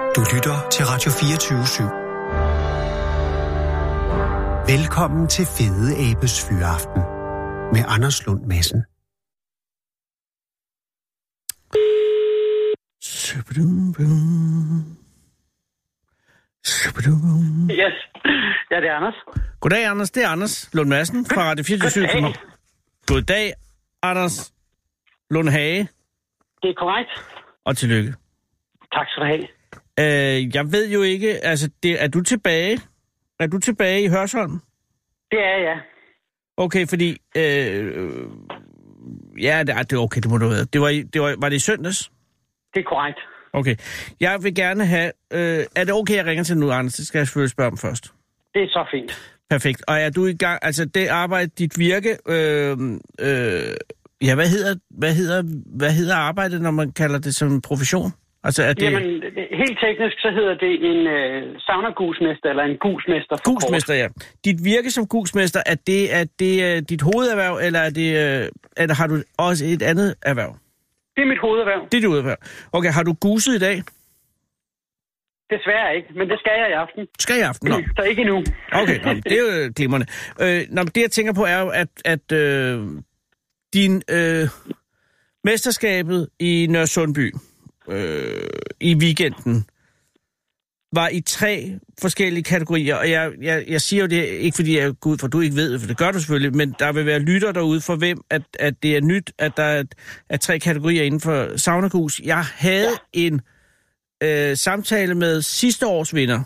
Du lytter til Radio 24/7. Velkommen til Fede Abes Fyraften med Anders Lund Madsen. Yes. Ja, det er Anders. Goddag, Anders. Det er Anders Lund Madsen fra Radio 24/7. Goddag, Anders Lund Hage. Det er korrekt. Og tillykke. Tak skal du have. Jeg ved jo ikke, altså, er du tilbage? Er du tilbage i Hørsholm? Det er jeg. Okay, fordi... ja, det er okay, det må du vide. Var det i søndags? Det er korrekt. Okay. Jeg vil gerne have... er det okay, jeg ringer til nu, Anders? Det skal jeg selvfølgelig spørge om først. Det er så fint. Perfekt. Og er du i gang... Altså, det arbejde, dit virke... ja, hvad hedder arbejdet, når man kalder det som profession? Altså, er det... Jamen, helt teknisk, så hedder det en sauna-gusmester, eller en gusmester for gusmester, ja. Dit virke som gusmester, er det dit hovederhverv, eller har du også et andet erhverv? Det er mit hovederhverv. Det er dit hovederhverv. Okay, har du guset i dag? Desværre ikke, men det skal jeg i aften. Skal i aften? Nå. Så ikke endnu. Okay, nå, det er jo glimrende. Det jeg tænker på er jo, at din mesterskabet i Nørresundby i weekenden var i 3 forskellige kategorier, og jeg siger jo det ikke, fordi jeg går ud fra, du ikke ved det, for det gør du selvfølgelig, men der vil være lytter derude for hvem, at det er nyt, at der er 3 kategorier inden for saunagus. Jeg havde en samtale med sidste års vinder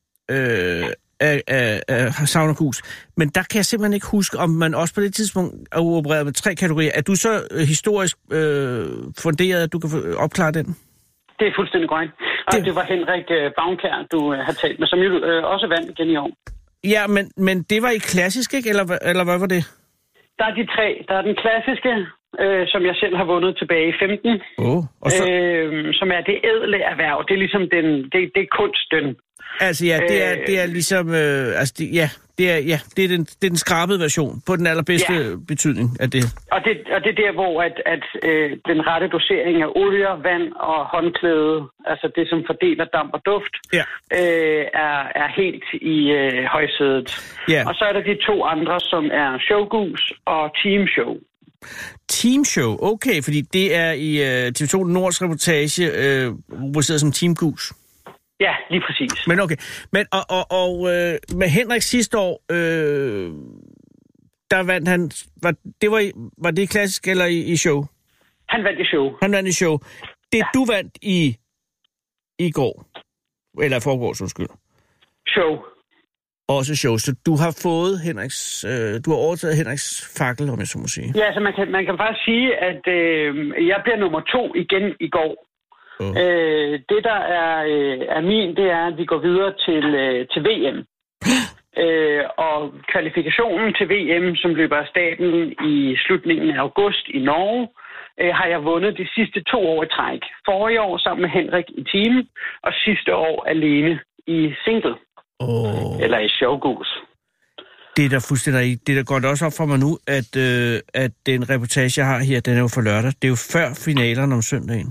af saunagus, men der kan jeg simpelthen ikke huske, om man også på det tidspunkt er opereret med 3 kategorier. Er du så historisk funderet, at du kan opklare den? Det er fuldstændig korrekt. Og det var Henrik Bavnkær, du har talt med, som jo også vandt igen i år. Ja, men det var i klassisk, ikke? Eller hvad var det? Der er de 3. Der er den klassiske, som jeg selv har vundet tilbage i 15. Og så... som er det ædle erhverv. Det er ligesom det er kunsten. Altså ja, det er ligesom... det er den skrabede version på den allerbedste betydning af det. Og det er der, hvor at den rette dosering af olie, vand og håndklæde, altså det, som fordeler damp og duft, er helt i højsædet. Ja. Og så er der de 2 andre, som er showgus og teamshow. Teamshow, okay, fordi det er i TV2 Nords reportage rubriceret som teamgus. Ja, lige præcis. Men okay. Men og med Henrik sidste år, der vandt han... Var det klassisk eller i show? Han vandt i show. Han vandt i show. Det du vandt i går, eller forgårs, undskyld. Show. Også show. Så du har fået Henriks... du har overtaget Henriks fakkel, om jeg så må sige. Ja, så man kan faktisk sige, at jeg bliver nummer 2 igen i går. Det, der er min, det er, at vi går videre til VM. Og kvalifikationen til VM, som løber af staten i slutningen af august i Norge, har jeg vundet de sidste 2 år i træk. Forrige år sammen med Henrik i team, og sidste år alene i single. Eller i showgus. Det er der fuldstændig. Det er der godt også op for mig nu, at den reportage, jeg har her, den er jo for lørdag. Det er jo før finalerne om søndagen.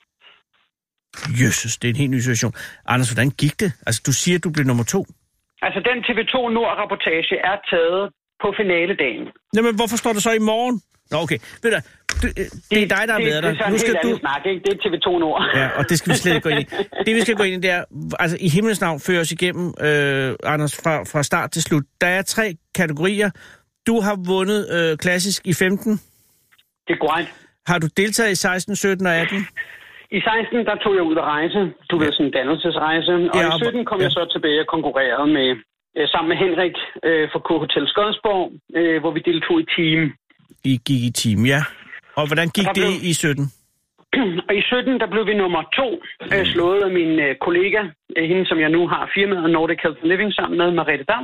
Jøsses, det er en helt ny situation. Anders, hvordan gik det? Altså, du siger, at du blev nummer 2. Altså, den TV2 Nord-rapportage er taget på finaledagen. Jamen, hvorfor står det så i morgen? Nå, okay. Ved du, det er dig, der har været der. Det er sådan en helt anden snak, ikke? Det er TV2 Nord. Ja, og det skal vi slet ikke gå ind i. Det, vi skal gå ind i, det er, altså, i himlens navn fører os igennem, Anders, fra start til slut. Der er 3 kategorier. Du har vundet klassisk i 15. Det er korrekt. Har du deltaget i 16, 17 og 18? I 16, der tog jeg ud at rejse. Du ved, sådan en dannelsesrejse. Og i 17 kom jeg så tilbage og konkurrerede med, sammen med Henrik fra K-Hotel Skodsborg, hvor vi deltog i team. I gik i team, ja. Og hvordan gik det i 17? Og i 17, der blev vi nummer 2, slået af min kollega, hende som jeg nu har firmaet Nordic Health Living sammen med, Mariette Dam.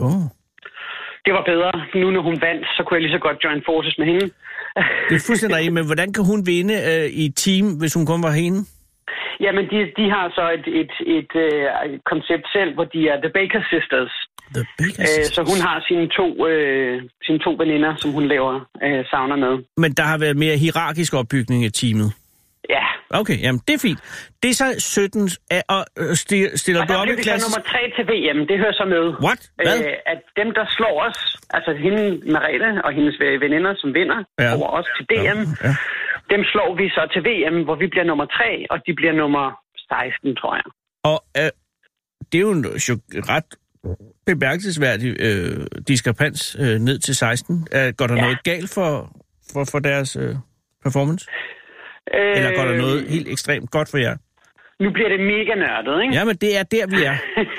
Det var bedre. Nu når hun vandt, så kunne jeg lige så godt join forces med hende. Det er fuldstændig rigtigt, men hvordan kan hun vinde i et team, hvis hun kun var hende? Jamen, de har så et koncept selv, hvor de er The Baker Sisters. The Baker Sisters. Så hun har sine to veninder, som hun laver sauna med. Men der har været mere hierarkisk opbygning i teamet? Ja, Okay, jamen det er fint. Det er så 17, og stiller og du op i klasse... Og der bliver vi så nummer 3 til VM, det hører så med. What? Hvad? At dem, der slår os, altså hende, Merete og hendes veninder, som vinder over os til DM, dem slår vi så til VM, hvor vi bliver nummer 3, og de bliver nummer 16, tror jeg. Og det er jo en ret bemærkelsesværdig diskrepans ned til 16. Går der noget galt for deres performance? Eller går der noget helt ekstremt godt for jer? Nu bliver det mega nørdet, ikke? Ja, men det er der, vi er.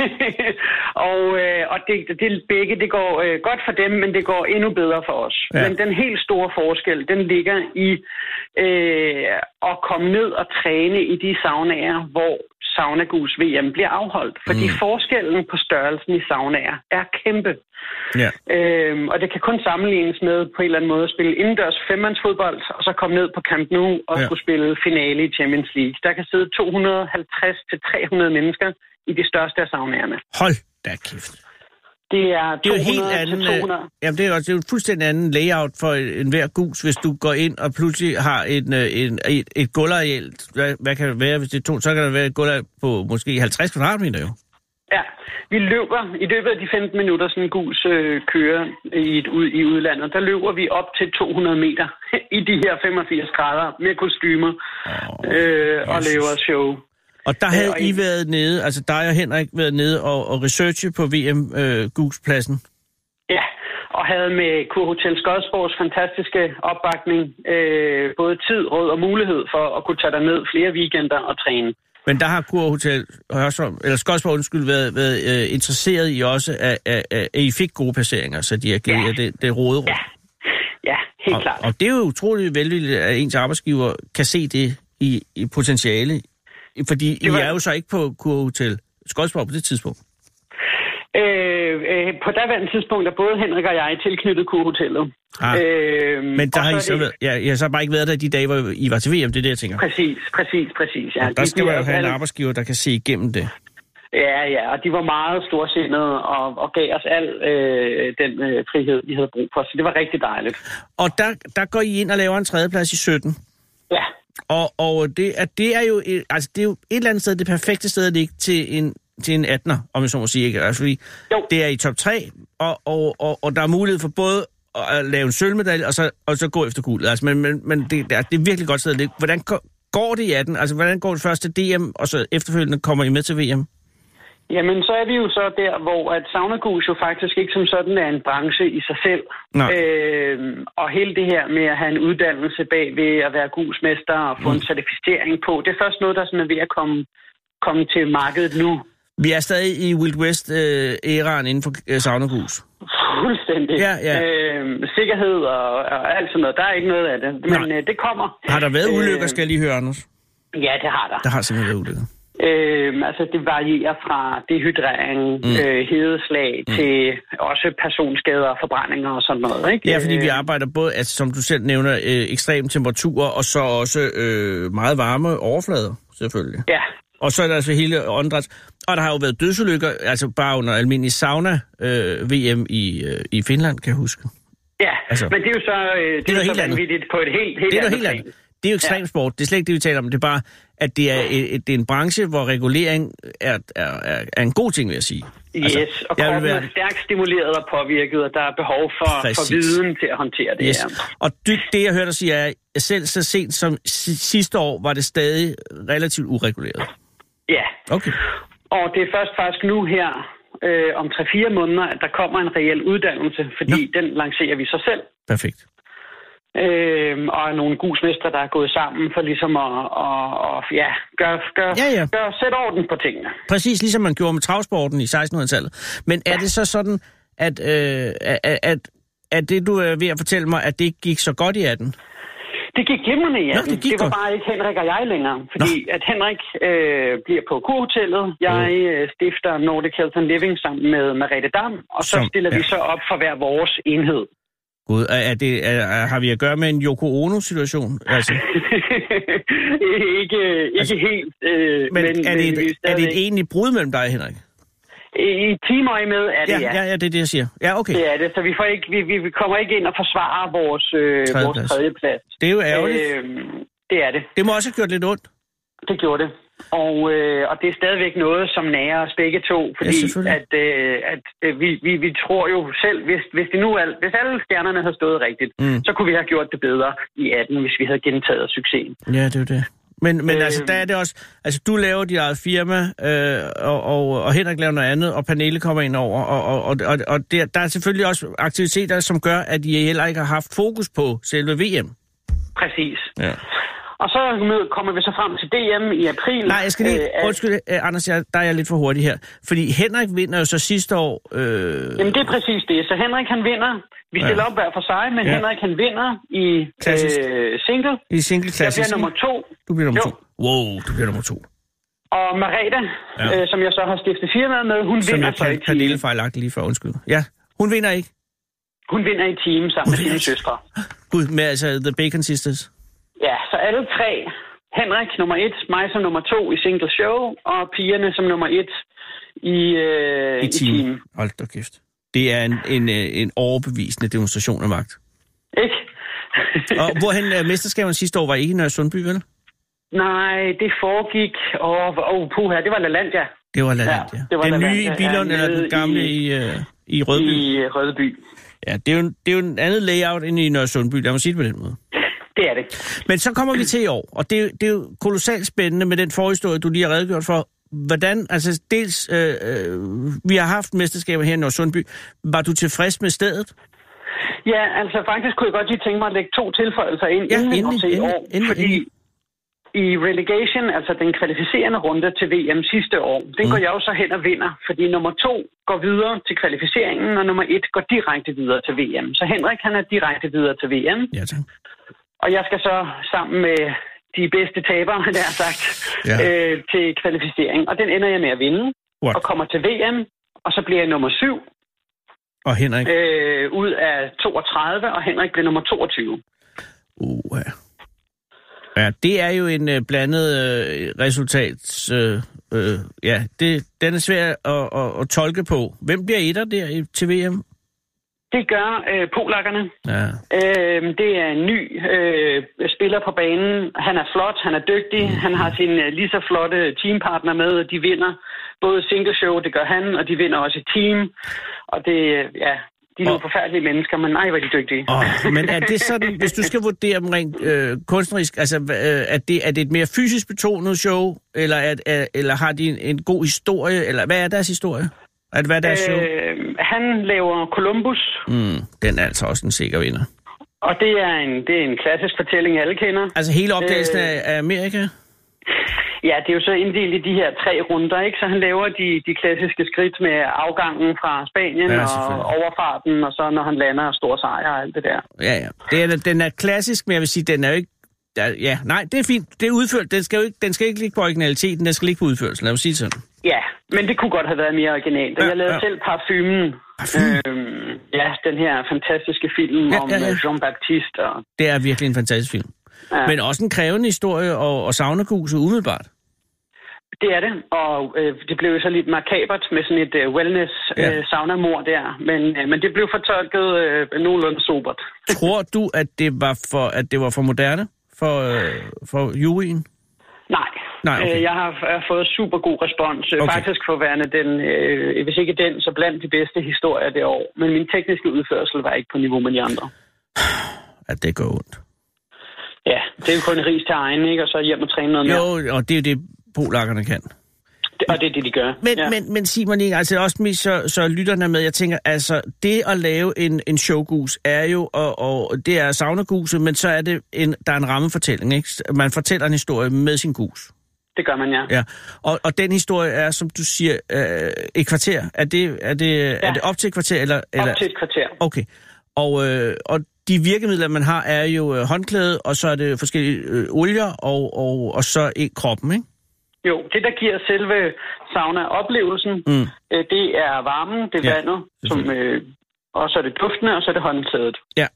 og det begge, det går godt for dem, men det går endnu bedre for os. Ja. Men den helt store forskel, den ligger i at komme ned og træne i de saunaer, hvor Saunagus VM bliver afholdt. Fordi forskellen på størrelsen i saunaer er kæmpe. Ja. Og det kan kun sammenlignes med på en eller anden måde at spille indendørs 5-mandsfodbold, og så komme ned på Camp Nou og skulle spille finale i Champions League. Der kan sidde 250-300 mennesker i de største af saunaerne. Hold da kæft. Det er 200. Jamen det er jo et fuldstændig anden layout for enhver gus, hvis du går ind og pludselig har et gulvareal. Hvad kan det være, hvis det er 2? Så kan der være et gulvareal på måske 50 kvadratmeter jo. Ja, vi løber i løbet af de 15 minutter, sådan en gus kører i udlandet, der løber vi op til 200 meter i de her 85 grader med kostymer og laver show. Og der havde I været nede, altså dig og Henrik været nede og researche på VM-GUS-pladsen? Ja, og havde med Kurhotel Skodsborgs fantastiske opbakning både tid, råd og mulighed for at kunne tage ned flere weekender og træne. Men der har Kurhotel, eller Skodsborg været interesseret i også, at I fik gode placeringer, så de har givet jer det råderum. Ja, helt klart. Og det er jo utroligt velvilligt, at ens arbejdsgiver kan se det i potentiale. Fordi I er jo så ikke på Kurhotel Skodsborg på det tidspunkt. På daværende tidspunkt er både Henrik og jeg tilknyttet Kurhotellet. Men der har I så været, jeg har så bare ikke været der de dage, hvor I var til VM, det er det, jeg tænker. Præcis. Ja. Og der skal man jo have en arbejdsgiver, der kan se igennem det. Ja, og de var meget storsindede og gav os al den frihed, vi havde brug for. Så det var rigtig dejligt. Og der går I ind og laver en tredjeplads i 17. Ja. Og det er jo altså det er jo et eller andet sted det perfekte sted at ligge til en 18'er, om jeg så må sige, ikke? Altså, fordi det er i top 3, og der er mulighed for både at lave en sølvmedalje og så gå efter guldet. Altså, men det er virkelig godt sted at ligge. Hvordan går det i 18? Altså, hvordan går det første DM, og så efterfølgende kommer I med til VM? Jamen, så er vi jo så der, hvor at Saunagus jo faktisk ikke som sådan er en branche i sig selv. Og hele det her med at have en uddannelse bag ved at være gusmester og få en certificering på, det er først noget, der sådan er ved at komme til markedet nu. Vi er stadig i Wild West-æraen inden for Saunagus. Fuldstændig. Ja. Sikkerhed og alt sådan noget. Der er ikke noget af det, men det kommer. Har der været ulykker, skal jeg lige høre, Anders? Ja, det har der. Der har simpelthen været ulykker. Altså det varierer fra dehydrering, hedeslag til også personskader og forbrændinger og sådan noget, ikke? Ja, fordi vi arbejder både, altså, som du selv nævner, ekstreme temperaturer og så også meget varme overflader, selvfølgelig. Ja. Og så er der altså hele åndedræts. Og der har jo været dødsulykker, altså bare under almindelig sauna-VM i Finland, kan jeg huske. Ja, altså, men det er jo så, det er så vanvittigt på et helt andet plan. Det er jo ekstrem sport. Det er slet ikke det, vi taler om. Det er bare, at det er en branche, hvor regulering er en god ting, vil jeg sige. Yes, altså, og kroppen er stærkt stimuleret og påvirket, og der er behov for viden til at håndtere det her. Og det, jeg hørte dig sige, er, at selv så sent som sidste år, var det stadig relativt ureguleret. Ja. Okay. Og det er først faktisk nu her, om 3-4 måneder, at der kommer en reel uddannelse, fordi den lancerer vi så selv. Perfekt. Og nogle gusmestre, der er gået sammen for ligesom at sætte orden på tingene. Præcis, ligesom man gjorde med travsporten i 1600-tallet. Men er det så sådan, at det, du er ved at fortælle mig, at det gik så godt i 18? Det gik glimrende i 18. Det var bare ikke Henrik og jeg længere. Fordi at Henrik bliver på Kurhotellet. Jeg stifter Nordic Health and Living sammen med Merete Dam. Og så stiller vi så op for hver vores enhed. Gud, har vi at gøre med en Yoko Ono-situation? Altså? ikke helt. Men er det et egentligt brud mellem dig og Henrik? I timer med er det, ja, det er det, jeg siger. Ja, okay. Det er det, så vi kommer ikke ind og forsvarer vores tredjeplads. Det er jo ærgerligt. Det er det. Det må også have gjort lidt ondt. Det gjorde det. Og det er stadigvæk noget, som nærer os begge to, fordi vi tror jo selv, hvis alle stjernerne havde stået rigtigt, så kunne vi have gjort det bedre i 18, hvis vi havde gentaget succesen. Ja, det er jo det. Men altså, der er det også... Altså, du laver dit eget firma, og Henrik laver noget andet, og Pernille kommer ind over, og der er selvfølgelig også aktiviteter, som gør, at I heller ikke har haft fokus på selve VM. Præcis. Ja. Og så kommer vi så frem til DM i april. Nej, jeg skal lige... Undskyld, Anders, der er jeg lidt for hurtig her. Fordi Henrik vinder jo så sidste år... Jamen, det er præcis det. Så Henrik, han vinder. Vi stiller op hver for sig, men Henrik, han vinder i single. I single klassisk. Jeg bliver nummer 2. Du bliver nummer 2. Wow, du bliver nummer 2. Og Merete, som jeg så har stiftet firmaet med, hun vinder så i team. Pernille fejlagtigt lige før, undskyld. Ja, hun vinder ikke. Hun vinder i team sammen med sine søstre. Gud, med altså The Bacon Sisters. Ja, så alle 3. Henrik nummer 1, mig som nummer 2 i single show, og pigerne som nummer 1 i team. Hold da kæft. Det er en overbevisende demonstration af magt. Ikke? Og hvorhen mesterskaberne sidste år var ikke i Nørre Sundby, vel? Nej, det foregik... puha, det var LaLandia. Det var LaLandia. Ja, den nye i Billund, eller den gamle i Rødby? I Rødby. Ja, det er jo en andet layout end i Nørre Sundby, lad mig sige det på den måde. Det er det. Men så kommer vi til i år, og det er jo kolossalt spændende med den forhistorie, du lige har redegjort for. Hvordan, altså dels, vi har haft mesterskaber her i Nørre Sundby. Var du tilfreds med stedet? Ja, altså faktisk kunne jeg godt lige tænke mig at lægge 2 tilføjelser ind i år. Fordi i relegation, altså den kvalificerende runde til VM sidste år, den går jeg jo så hen og vinder, fordi nummer 2 går videre til kvalificeringen, og nummer 1 går direkte videre til VM. Så Henrik, han er direkte videre til VM. Ja, tak. Og jeg skal så sammen med de bedste tabere, der har sagt, til kvalificering. Og den ender jeg med at vinde, og kommer til VM, og så bliver jeg nummer 7. Og Henrik? Ud af 32, og Henrik bliver nummer 22. Ja, det er jo en blandet resultat. Den er svær at tolke på. Hvem bliver etter der til VM? Det gør polakkerne. Ja. Det er en ny spiller på banen. Han er flot, han er dygtig. Han har sin lige så flotte teampartner med, og de vinder både single show, det gør han, og de vinder også et team. Og det, de er nogle forfærdelige mennesker, men nej, hvor er de dygtige. Men er det sådan, hvis du skal vurdere dem rent kunstnerisk, altså er det et mere fysisk betonet show, eller har de en god historie, eller hvad er deres historie? Hvad er deres show? Han laver Columbus. Den er altså også en sikker vinder. Og det er en klassisk fortælling, alle kender. Altså hele opdagelsen af Amerika? Ja, det er jo så inddelt i de her 3 runder, ikke? Så han laver de klassiske skridt med afgangen fra Spanien og overfarten, og så når han lander stor sejr og alt det der. Ja. Den er klassisk, men jeg vil sige, den er jo ikke... det er fint. Det er udført. Den skal ikke ligge på originaliteten, den skal ligge på udførelsen. Lad mig sige sådan. Ja, men det kunne godt have været mere originalt. Jeg lavede selv Parfumen. Den her fantastiske film om Jean-Baptiste. Det er virkelig en fantastisk film. Ja. Men også en krævende historie og saunaguse umiddelbart. Det er det, og det blev så lidt makabert med sådan et wellness-saunamor der, men det blev fortolket nogenlunde sobert. Tror du, at det var for moderne for juryen? Nej, okay. Jeg har fået super god respons, faktisk for værende den, hvis ikke den, så blandt de bedste historier det år. Men min tekniske udførsel var ikke på niveau med de andre. At det går ondt. Ja, det er jo kun ris til egen, ikke? Og så hjem og træne noget mere. Jo, og det er jo det, polakkerne kan. Og det er det, de gør. Men sig mig lige, altså også mest så lytterne med, jeg tænker, altså det at lave en showgus er jo, og det er saunaguse, men så er det der er en rammefortælling, ikke? Man fortæller en historie med sin gus. Det gør man, ja. Og den historie er, som du siger, et kvarter. Er det op til et kvarter? Eller? Op til et kvarter. Okay. Og de virkemidler, man har, er jo håndklæde, og så er det forskellige olier, og så kroppen, ikke? Jo, det der giver selve sauna-oplevelsen, det er varmen, det er vandet, og så er det duftene, og så er det håndklædet. Ja.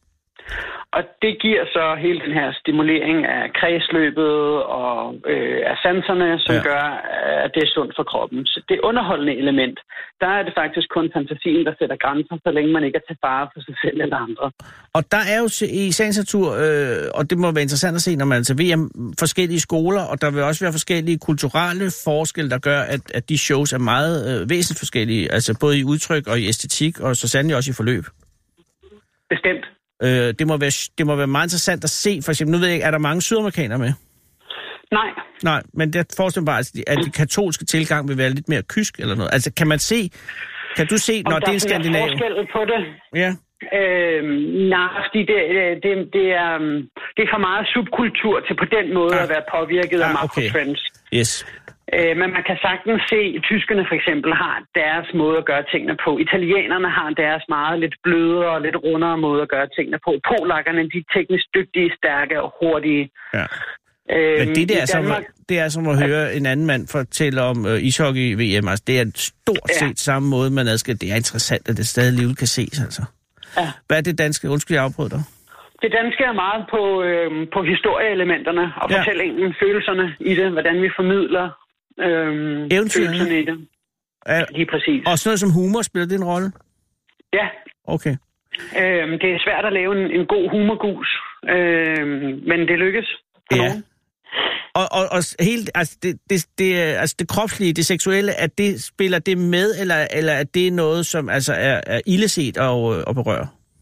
Og det giver så hele den her stimulering af kredsløbet og af sanserne, som gør, at det er sundt for kroppen. Så det underholdende element, der er det faktisk kun fantasien, der sætter grænser, så længe man ikke er til fare for sig selv eller andre. Og der er jo i sagens natur, og det må være interessant at se, når man er til VM, forskellige skoler, og der vil også være forskellige kulturelle forskelle, der gør, at de shows er meget væsentligt forskellige, altså både i udtryk og i æstetik, og så sandelig også i forløb. Bestemt. Det må være meget interessant at se, for eksempel, nu ved jeg ikke, er der mange sydamerikanere med? Nej, men det forestiller mig bare, at de katolske tilgang vil være lidt mere kysk eller noget. Altså, kan du se, når det er Skandinavien? Om der er forskel på det? Ja. Nej, fordi det er for meget subkultur til på den måde at være påvirket af makrotrends. Okay. Yes. Men man kan sagtens se, at tyskerne for eksempel har deres måde at gøre tingene på. Italienerne har deres meget lidt blødere og lidt rundere måde at gøre tingene på. Polakkerne, de er teknisk dygtige, stærke og hurtige. Ja. Men det er som at høre en anden mand fortælle om ishockey-VM. Altså, det er stort set samme måde, man adskiller. Det er interessant, at det stadig alligevel kan ses, altså. Ja. Hvad er det danske? Undskyld, jeg afbrød dig. Det danske er meget på historieelementerne og fortællingen, følelserne i det, hvordan vi formidler følelserne i det. Lige præcis. Og sådan noget som humor, spiller det en rolle? Ja. Okay. Det er svært at lave en god humorgus, men det lykkes for nogen. Og helt, altså det kropslige, det seksuelle, at det spiller det med, eller er det noget, som altså er illeset og berører?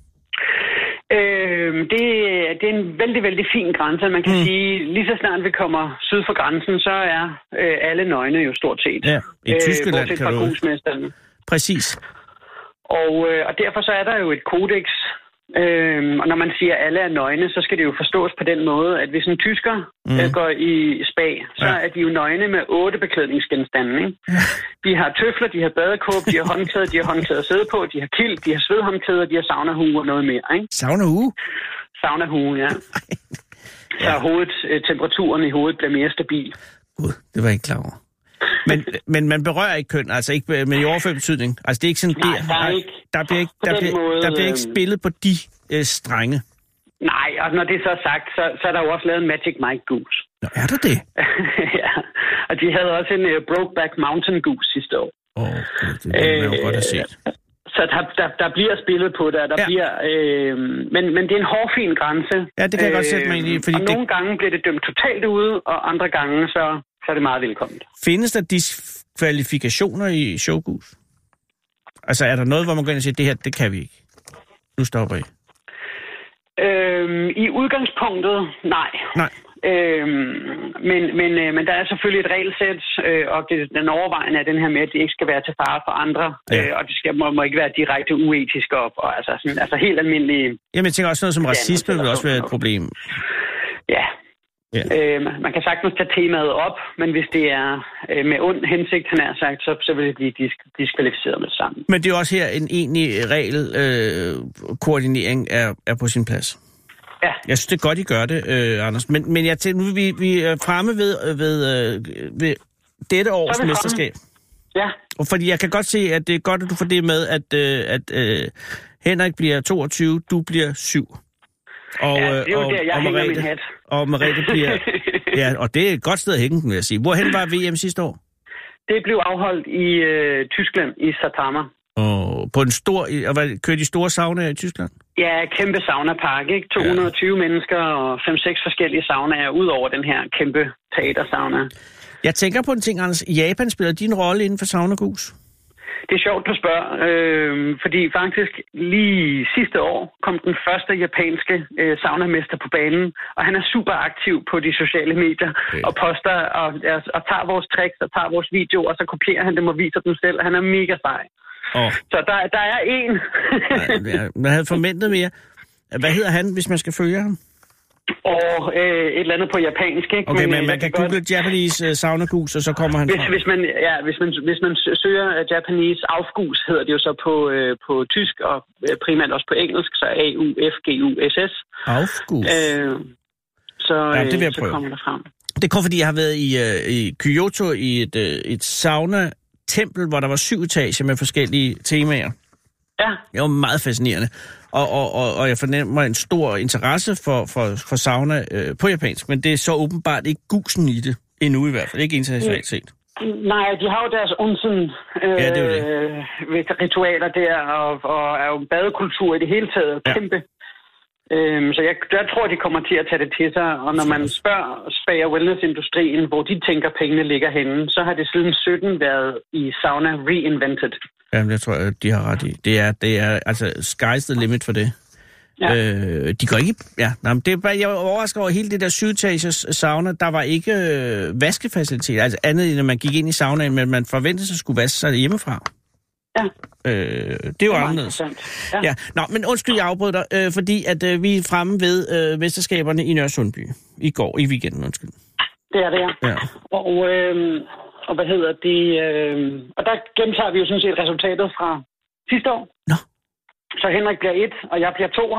Det er en vældig, vældig fin grænse. Man kan sige, lige så snart vi kommer syd for grænsen, så er alle nøgne jo stort set. Ja, i Tyskland kan du... Præcis. Og derfor så er der jo et kodex. Og når man siger, at alle er nøgne, så skal det jo forstås på den måde, at hvis en tysker går i spa, så er de jo nøgne med 8 beklædningsgenstande. Ikke? De har tøfler, de har badekåb, de har håndklæder at sidde på, de har kilt, de har svedhåndklæder, de har saunahue og noget mere. Ikke? Saunahue? Saunahue, ja. Så temperaturen i hovedet bliver mere stabil. Det var jeg ikke klar over. Men man berører ikke køn, altså ikke med i overført betydning. Altså det er ikke sådan, der bliver ikke spillet på de strenge. Nej, og når det så er sagt, så er der jo også lavet en Magic Mike Goose. Nå, er der det? Ja, og de havde også en Brokeback Mountain Goose sidste år. Det vil man jo godt have set. Så der bliver spillet på det, bliver, men det er en hårfin grænse. Ja, det kan jeg godt sætte mig ind i. Fordi nogle gange bliver det dømt totalt ude, og andre gange så er det meget velkomment. Findes der diskvalifikationer i showgus? Altså, er der noget, hvor man går ind og siger, det her, det kan vi ikke? Nu stopper I. I udgangspunktet, nej. Men der er selvfølgelig et regelsæt, og den overvejende er den her med, at det ikke skal være til fare for andre, og det må ikke være direkte uetisk op, og altså helt almindelige... Jamen, jeg tænker også noget som racisme vil også være et problem. Ja. Man kan sagtens tage temaet op, men hvis det er med ond hensigt, han har sagt, så vil det blive diskvalificeret med det samme. Men det er også her en egentlig regelkoordinering er på sin plads. Ja. Jeg synes, det er godt, I gør det, Anders. Men jeg tænker, nu vi er fremme ved dette års mesterskab. Ja. Og fordi jeg kan godt se, at det er godt, at du får det med, at Henrik bliver 22, du bliver 7. Og, det er jo der, jeg hænger min hat. Og Merete bliver... Ja, og det er et godt sted at hænge den, vil jeg sige. Hvorhen var VM sidste år? Det blev afholdt i Tyskland, i Saitama. Og på en stor... Kørte de store saunaer i Tyskland? Ja, kæmpe saunapark, ikke? 220 mennesker og 5-6 forskellige saunaer ud over den her kæmpe teatersauna. Jeg tænker på en ting, Anders. Japan spiller din rolle inden for saunagus? Det er sjovt, du spørger, fordi faktisk lige sidste år kom den første japanske saunamester på banen, og han er super aktiv på de sociale medier og poster og tager vores tricks og tager vores videoer, og så kopierer han dem og viser dem selv. Han er mega sej. Så der er en. Man havde forventet mere. Hvad hedder han, hvis man skal følge ham? Og et eller andet på japansk, ikke? Okay, men man kan google Japanese saunagus, og så kommer han hvis man søger Japanese Aufgus, hedder det jo så på tysk, og primært også på engelsk, så AUFGUSS. Aufgus? Det vil jeg prøve. Kommer der frem. Det kom, fordi jeg har været i Kyoto i et sauna-tempel, hvor der var 7 etager med forskellige temaer. Ja. Det var meget fascinerende. Og jeg fornemmer en stor interesse for sauna på japansk, men det er så åbenbart ikke gusen i det, endnu i hvert fald, ikke internationalt set. Nej, de har jo deres onsen ritualer der, og er jo badekultur i det hele taget kæmpe. Så jeg tror, de kommer til at tage det til sig, og når man spørger spa- og wellnessindustrien, hvor de tænker, pengene ligger henne, så har det siden 17 været i sauna reinvented. Jamen, jeg tror, de har ret i. Det er altså sky's the limit for det. Ja. De går ikke... Ja, men det er bare, jeg var overrasket over hele det der 7-etagers sauna. Der var ikke vaskefaciliteter, altså andet end at man gik ind i saunaen, men man forventede sig at skulle vaske sig hjemmefra. Ja. Det er jo anderledes. Ja. Nå, men undskyld, jeg afbrød dig, fordi at vi er fremme ved mesterskaberne i Nørresundby i går, i weekenden, undskyld. Det er det, ja. Og hvad hedder det? Og der gentager vi jo sådan set resultatet fra sidste år. Nå. Så Henrik bliver 1, og jeg bliver 2'er.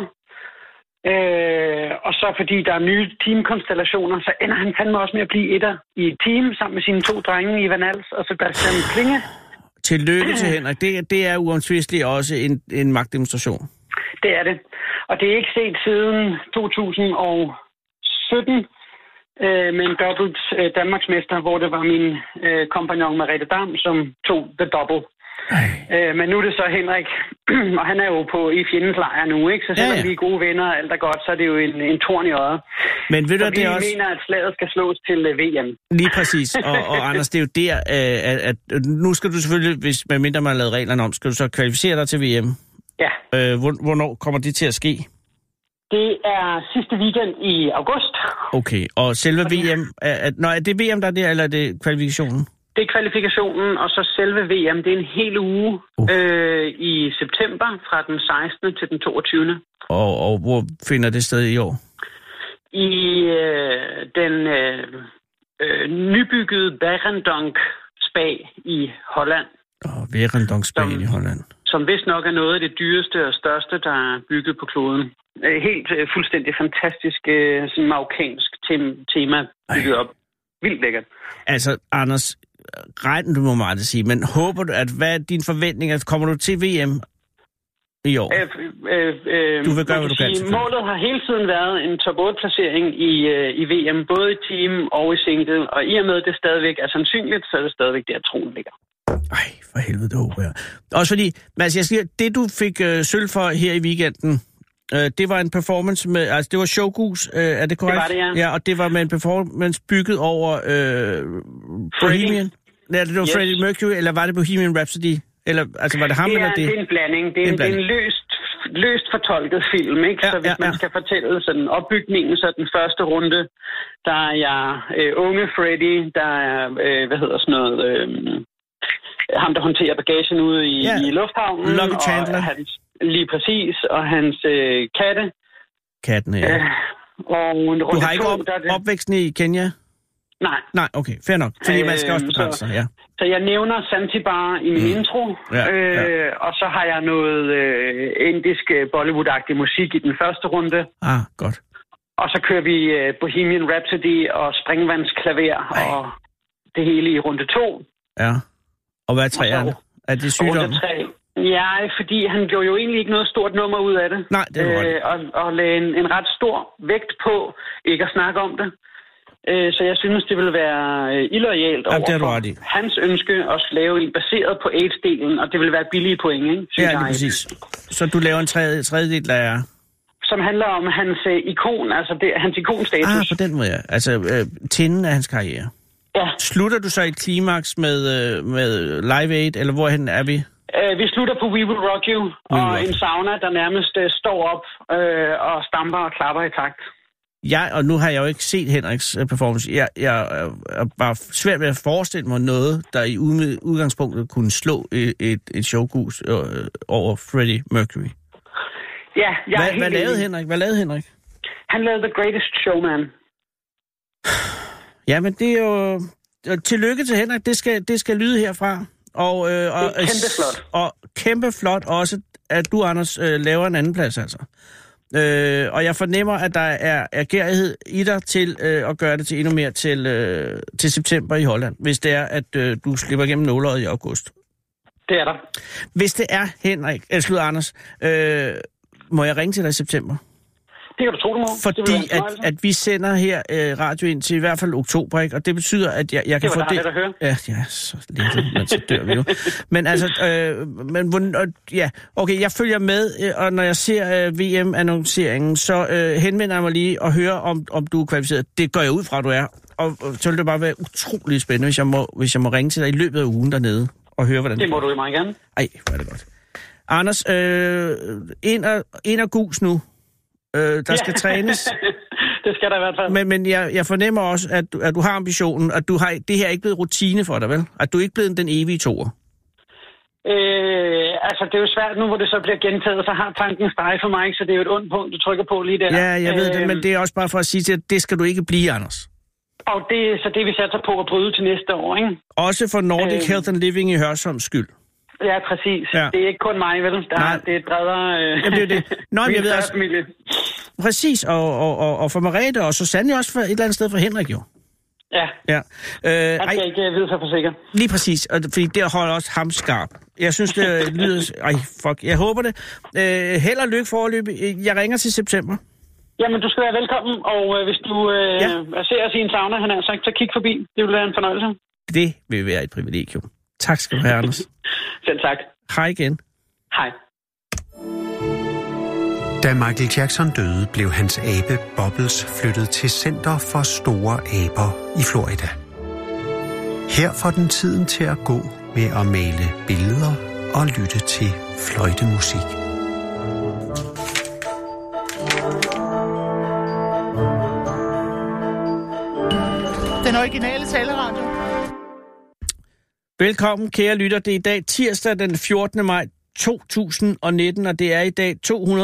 Og så fordi der er nye teamkonstellationer, så ender han fandme også med at blive 1'er i et team, sammen med sine 2 drenge, Ivan Als og Sebastian Klinge. Tillykke til Henrik. Det er uomtvisteligt også en magtdemonstration. Det er det. Og det er ikke set siden 2017 med en dobbelt Danmarksmester, hvor det var min kompagnon Merete Dam, som tog the double. Men nu er det så Henrik, og han er jo i fjendens lejr nu, ikke? Så selvom vi er gode venner og alt er godt, så er det jo en torn i øjet. Men ved du, så vi det også... mener, at slaget skal slås til VM. Lige præcis. Og Anders, det er jo der, at nu skal du selvfølgelig, hvis medmindre man har lavet reglerne om, skal du så kvalificere dig til VM. Ja. Hvornår kommer det til at ske? Det er sidste weekend i august. Okay, og selve VM, er det VM, der er der, eller er det kvalifikationen? Det er kvalifikationen, og så selve VM, det er en hel uge i september, fra den 16. til den 22. Og hvor finder det sted i år? I den nybyggede Barendonk Spa i Holland. Barendonk Spa i Holland. Som vist nok er noget af det dyreste og største, der er bygget på kloden. Helt fuldstændig fantastisk, sådan marokkansk tema bygget op. Vildt lækkert. Altså, Anders, du må meget sige, men håber du, hvad er dine forventninger? Kommer du til VM i år? Du vil gøre, hvad du kan. Målet har hele tiden været en top 8-placering i VM, både i team og i single, og i og med, at det stadigvæk er sandsynligt, så er det stadigvæk der, troen ligger. Ej, for helvede, det håber jeg. Også fordi, Mads, jeg siger, det du fik sølv for her i weekenden, det var en performance med, altså det var Showgoose, er det korrekt? Det var det, ja. Ja, og det var med en performance bygget over Bohemian. Ja, det var Freddie Mercury, eller var det Bohemian Rhapsody? Eller, altså var det ham, eller det? Det er en blanding. Det er en løst fortolket film, ikke? Ja, så hvis man skal fortælle sådan opbygningen, så den første runde, der er jeg unge Freddie, der er, ham, der håndterer bagagen ude i lufthavnen. Lucky Chandler. Lige præcis, og hans katte. Kattene, ja. Du har ikke opvæksten i Kenya? Nej, okay, fair nok. Fordi man skal også begrænse sig, ja. Så jeg nævner Zanzibar i min intro, og så har jeg noget indisk Bollywood-agtig musik i den første runde. Godt. Og så kører vi Bohemian Rhapsody og springvandsklaver og det hele i runde 2. Ja. Og hvad er træerne? Er det sygdom? Ja, fordi han gjorde jo egentlig ikke noget stort nummer ud af det. Nej, det er og lagde en ret stor vægt på ikke at snakke om det. Så jeg synes, det ville være illoyalt over hans ønske at lave en baseret på AIDS-delen, og det ville være billige point, ikke? Ja, det er præcis. Så du laver en tredjedel, der er... Som handler om hans ikon, altså hans ikonstatus. På den måde, ja. Altså tinden af hans karriere. Ja. Slutter du så i et klimaks med Live Aid, eller hvorhen er vi? Vi slutter på We Will Rock You, og en sauna, der nærmest står op og stamper og klapper i takt. Og nu har jeg jo ikke set Henriks performance. Jeg er bare svært ved at forestille mig noget, der i udgangspunktet kunne slå et showgoose over Freddie Mercury. Ja, Hvad lavede Henrik? Han lavede The Greatest Showman. Ja, men det er jo... Tillykke til Henrik, det skal lyde herfra. Og kæmpe flot. Og kæmpe flot også, at du, Anders, laver en anden plads, altså. Og jeg fornemmer, at der er gærighed i dig til at gøre det til endnu mere til september i Holland, hvis det er, at du slipper igennem nåløjet i august. Det er der. Hvis det er Henrik, eller Anders, må jeg ringe til dig i september? Det kan du tro, du må. Fordi at vi sender her radio ind til i hvert fald oktober, ikke? Og det betyder, at jeg kan få det... Det var dejligt at høre. Ja, så lidt, men så dør vi jo. Men altså, ja, okay, jeg følger med, og når jeg ser VM-annonceringen, så henvender jeg mig lige og hører, om du er kvalificeret. Det går jeg ud fra, du er. Og så vil det bare være utrolig spændende, hvis jeg må ringe til dig i løbet af ugen dernede og høre, hvordan det må du jo meget gerne. Ej, hvor er det godt. Anders, ind og gus nu. Der skal trænes. Det skal der i hvert fald. Men jeg fornemmer også, at du har ambitionen, at det her er ikke blevet rutine for dig, vel? At du ikke blevet den evige toer. Altså, det er jo svært nu, hvor det så bliver gentaget, så har tanken streg for mig, så det er jo et ondt punkt, du trykker på lige der. Ja, jeg ved det, men det er også bare for at sige til, at det skal du ikke blive, Anders. Og det er så det, vi satser på at bryde til næste år, ikke? Også for Nordic Health and Living i Hørsholms skyld. Ja, præcis. Ja. Det er ikke kun mig, vel? Det er et bredere... Jamen, det er det. Nå, jeg ved også... Familie. Præcis, og for Merete, og så sandelig også for et eller andet sted for Henrik, jo. Ja. Han skal ikke vide sig for sikker. Lige præcis, og fordi det holder også ham skarp. Jeg synes, det lyder... jeg håber det. Held og lykke forløb. Jeg ringer til september. Jamen, du skal være velkommen, og hvis du ser os i en sauna, han har sagt, så kig forbi. Det vil være en fornøjelse. Det vil være et privilegium. Tak skal du have, Anders. Selv tak. Hej igen. Hej. Da Michael Jackson døde, blev hans abe Bubbles flyttet til Center for Store Aber i Florida. Her får den tiden til at gå med at male billeder og lytte til fløjtemusik. Den originale taleradio. Velkommen, kære lytter. Det er i dag tirsdag den 14. maj 2019, og det er i dag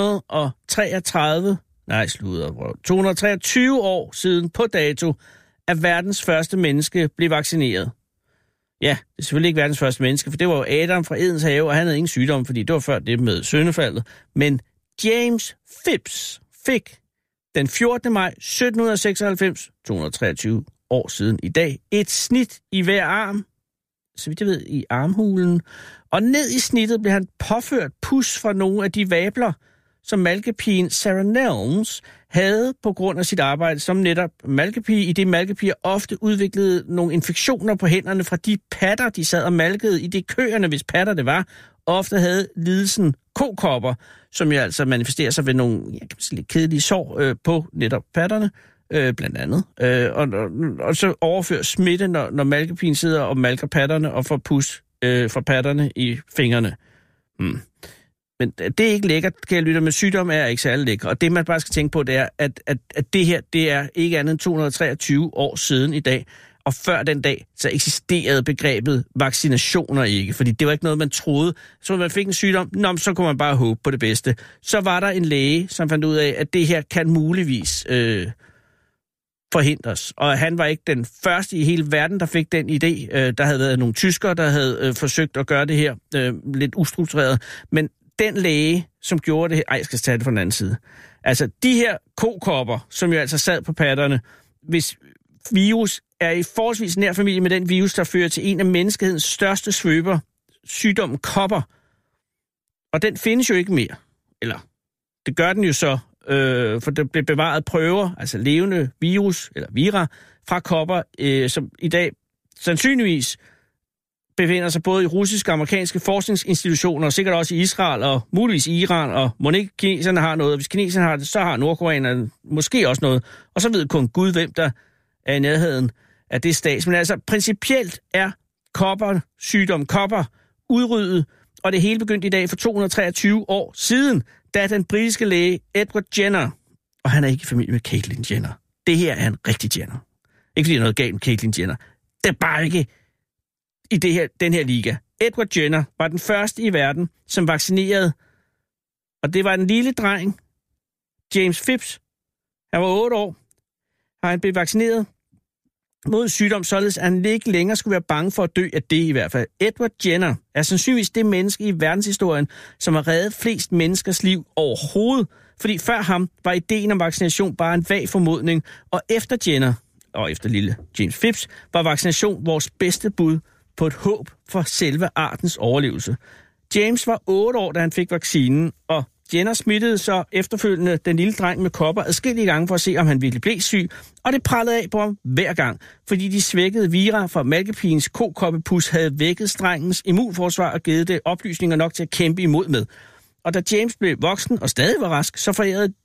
223 år siden på dato, at verdens første menneske blev vaccineret. Ja, det er selvfølgelig ikke verdens første menneske, for det var jo Adam fra Edens have, og han havde ingen sygdom, fordi det var før det med syndefaldet. Men James Phipps fik den 14. maj 1796, 223 år siden i dag, et snit i hver arm, så vidt jeg ved, i armhulen, og ned i snittet blev han påført pus fra nogle af de vabler, som malkepigen Sarah Nelms havde på grund af sit arbejde som netop malkepige, i det malkepiger ofte udviklede nogle infektioner på hænderne fra de patter, de sad og malkede i de køerne, hvis patter det var, ofte havde lidelsen kokopper, som jo altså manifesterer sig ved nogle lidt kedelige sår på netop patterne, blandt andet. Og så overfører smitte, når malkepigen sidder og malker patterne og får pus fra patterne i fingrene. Men det er ikke lækkert, kan jeg lytte, med sygdom er ikke særlig lækkert. Og det, man bare skal tænke på, det er, at det her, det er ikke andet end 223 år siden i dag. Og før den dag, så eksisterede begrebet vaccinationer ikke. Fordi det var ikke noget, man troede. Så man fik en sygdom, så kunne man bare håbe på det bedste. Så var der en læge, som fandt ud af, at det her kan muligvis forhindres. Og han var ikke den første i hele verden, der fik den idé. Der havde været nogle tyskere, der havde forsøgt at gøre det her lidt ustruktureret. Men den læge, som gjorde det her... jeg skal tage det fra den anden side. Altså, de her kokopper, som jo altså sad på patterne, hvis virus er i forholdsvis nær familie med den virus, der fører til en af menneskehedens største svøber, sygdommen kopper. Og den findes jo ikke mere. Eller, det gør den jo så, for der blev bevaret prøver, altså levende virus, eller vira, fra kopper, som i dag sandsynligvis befinder sig både i russiske og amerikanske forskningsinstitutioner, og sikkert også i Israel og muligvis i Iran, og må ikke kineserne har noget, og hvis kineserne har det, så har nordkoreanerne måske også noget, og så ved kun Gud, hvem der er i nærheden af det stats. Men altså, principielt er sygdom kopper udryddet, og det hele begyndte i dag for 223 år siden, da den britiske læge Edward Jenner, og han er ikke i familie med Caitlyn Jenner. Det her er en rigtig Jenner. Ikke fordi der er noget galt med Caitlyn Jenner. Det er bare ikke i den her liga. Edward Jenner var den første i verden, som vaccinerede, og det var en lille dreng, James Phipps. Han var 8 år, og han blev vaccineret mod sygdom, således at han ikke længere skulle være bange for at dø af det i hvert fald. Edward Jenner er sandsynligvis det menneske i verdenshistorien, som har reddet flest menneskers liv overhovedet, fordi før ham var ideen om vaccination bare en vag formodning, og efter Jenner, og efter lille James Phipps, var vaccination vores bedste bud på et håb for selve artens overlevelse. James var 8 år, da han fik vaccinen, og Jenner smittede så efterfølgende den lille dreng med kopper adskillige gange for at se, om han virkelig blev syg, og det prallede af på ham hver gang, fordi de svækkede vira fra malkepigens kokoppepus havde vækket drengens immunforsvar og givet det oplysninger nok til at kæmpe imod med. Og da James blev voksen og stadig var rask, så forærede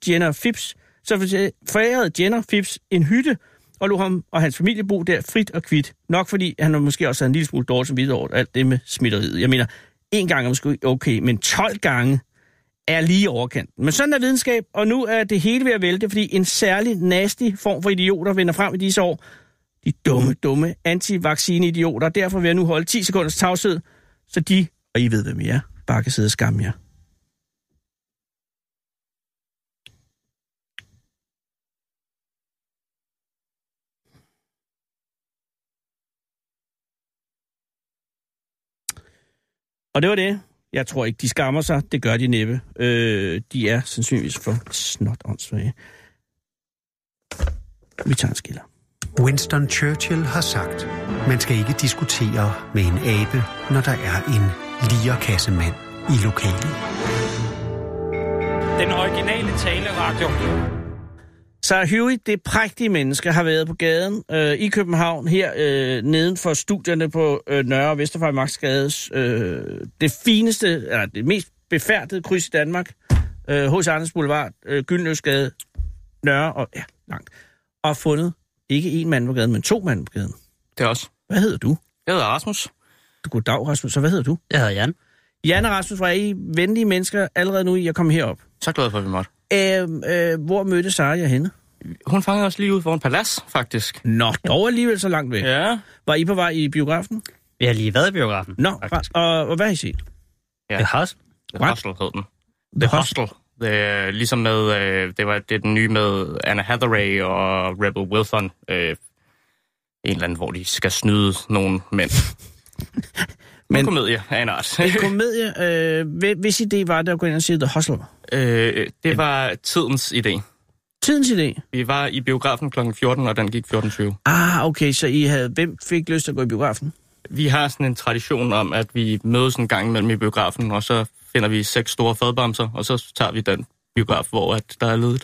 Jenner Phipps en hytte og lå ham og hans familie bo der frit og kvidt. Nok fordi han måske også havde en lille smule dårligt som videre over alt det med smitteriet. Jeg mener, 1 gang er måske okay, men 12 gange er lige overkanten. Men sådan er videnskab, og nu er det hele ved at vælte, fordi en særlig nasty form for idioter vender frem i disse år. De dumme anti-vaccine-idioter. Derfor vil jeg nu holde 10 sekunders tavshed, så de, og I ved hvem I er, bare kan sidde og skamme jer. Og det var det. Jeg tror ikke, de skammer sig. Det gør de næppe. De er sandsynligvis for snot-åndssvage. Vi tager en skiller. Winston Churchill har sagt, man skal ikke diskutere med en abe, når der er en lierkassemand i lokalet. Den originale taleradio. Så Huey, det prægtige menneske, har været på gaden i København, her neden for studierne på Nørre og Vesterfejmarksgades. Det fineste, eller det mest befærdede kryds i Danmark. H.C. Andersens Boulevard, Gyldenløsgade, Nørre og ja, langt. Og fundet ikke 1 mand på gaden, men 2 mand på gaden. Det er også. Hvad hedder du? Jeg hedder Rasmus. Goddag, Rasmus. Så hvad hedder du? Jeg hedder Jan. Jan og Rasmus, var I venlige mennesker allerede nu, I er kommet herop? Så glad for, at vi måtte. Hvor mødte Sara jer henne? Hun fangede os lige ud foran palads, faktisk. Nå, dog alligevel så langt væk. Ja. Var I på vej i biografen? Vi har lige været i biografen. Nå, og hvad har I set? Ja. The Hustle. The Hustle hed den. The Hustle. Det er ligesom med, det er den nye med Anna Hathaway og Rebel Wilson. En eller anden, hvor de skal snyde nogle mænd. Men en komedie af en art. En komedie. Hvis idé var det at gå ind og sige The Hustle? Det var tidens idé. Tidens idé? Vi var i biografen kl. 14, og den gik 14.20. Okay, så hvem fik lyst til at gå i biografen? Vi har sådan en tradition om, at vi mødes en gang imellem i biografen, og så finder vi 6 store fadbamser, og så tager vi den biograf, hvor at der er ledigt.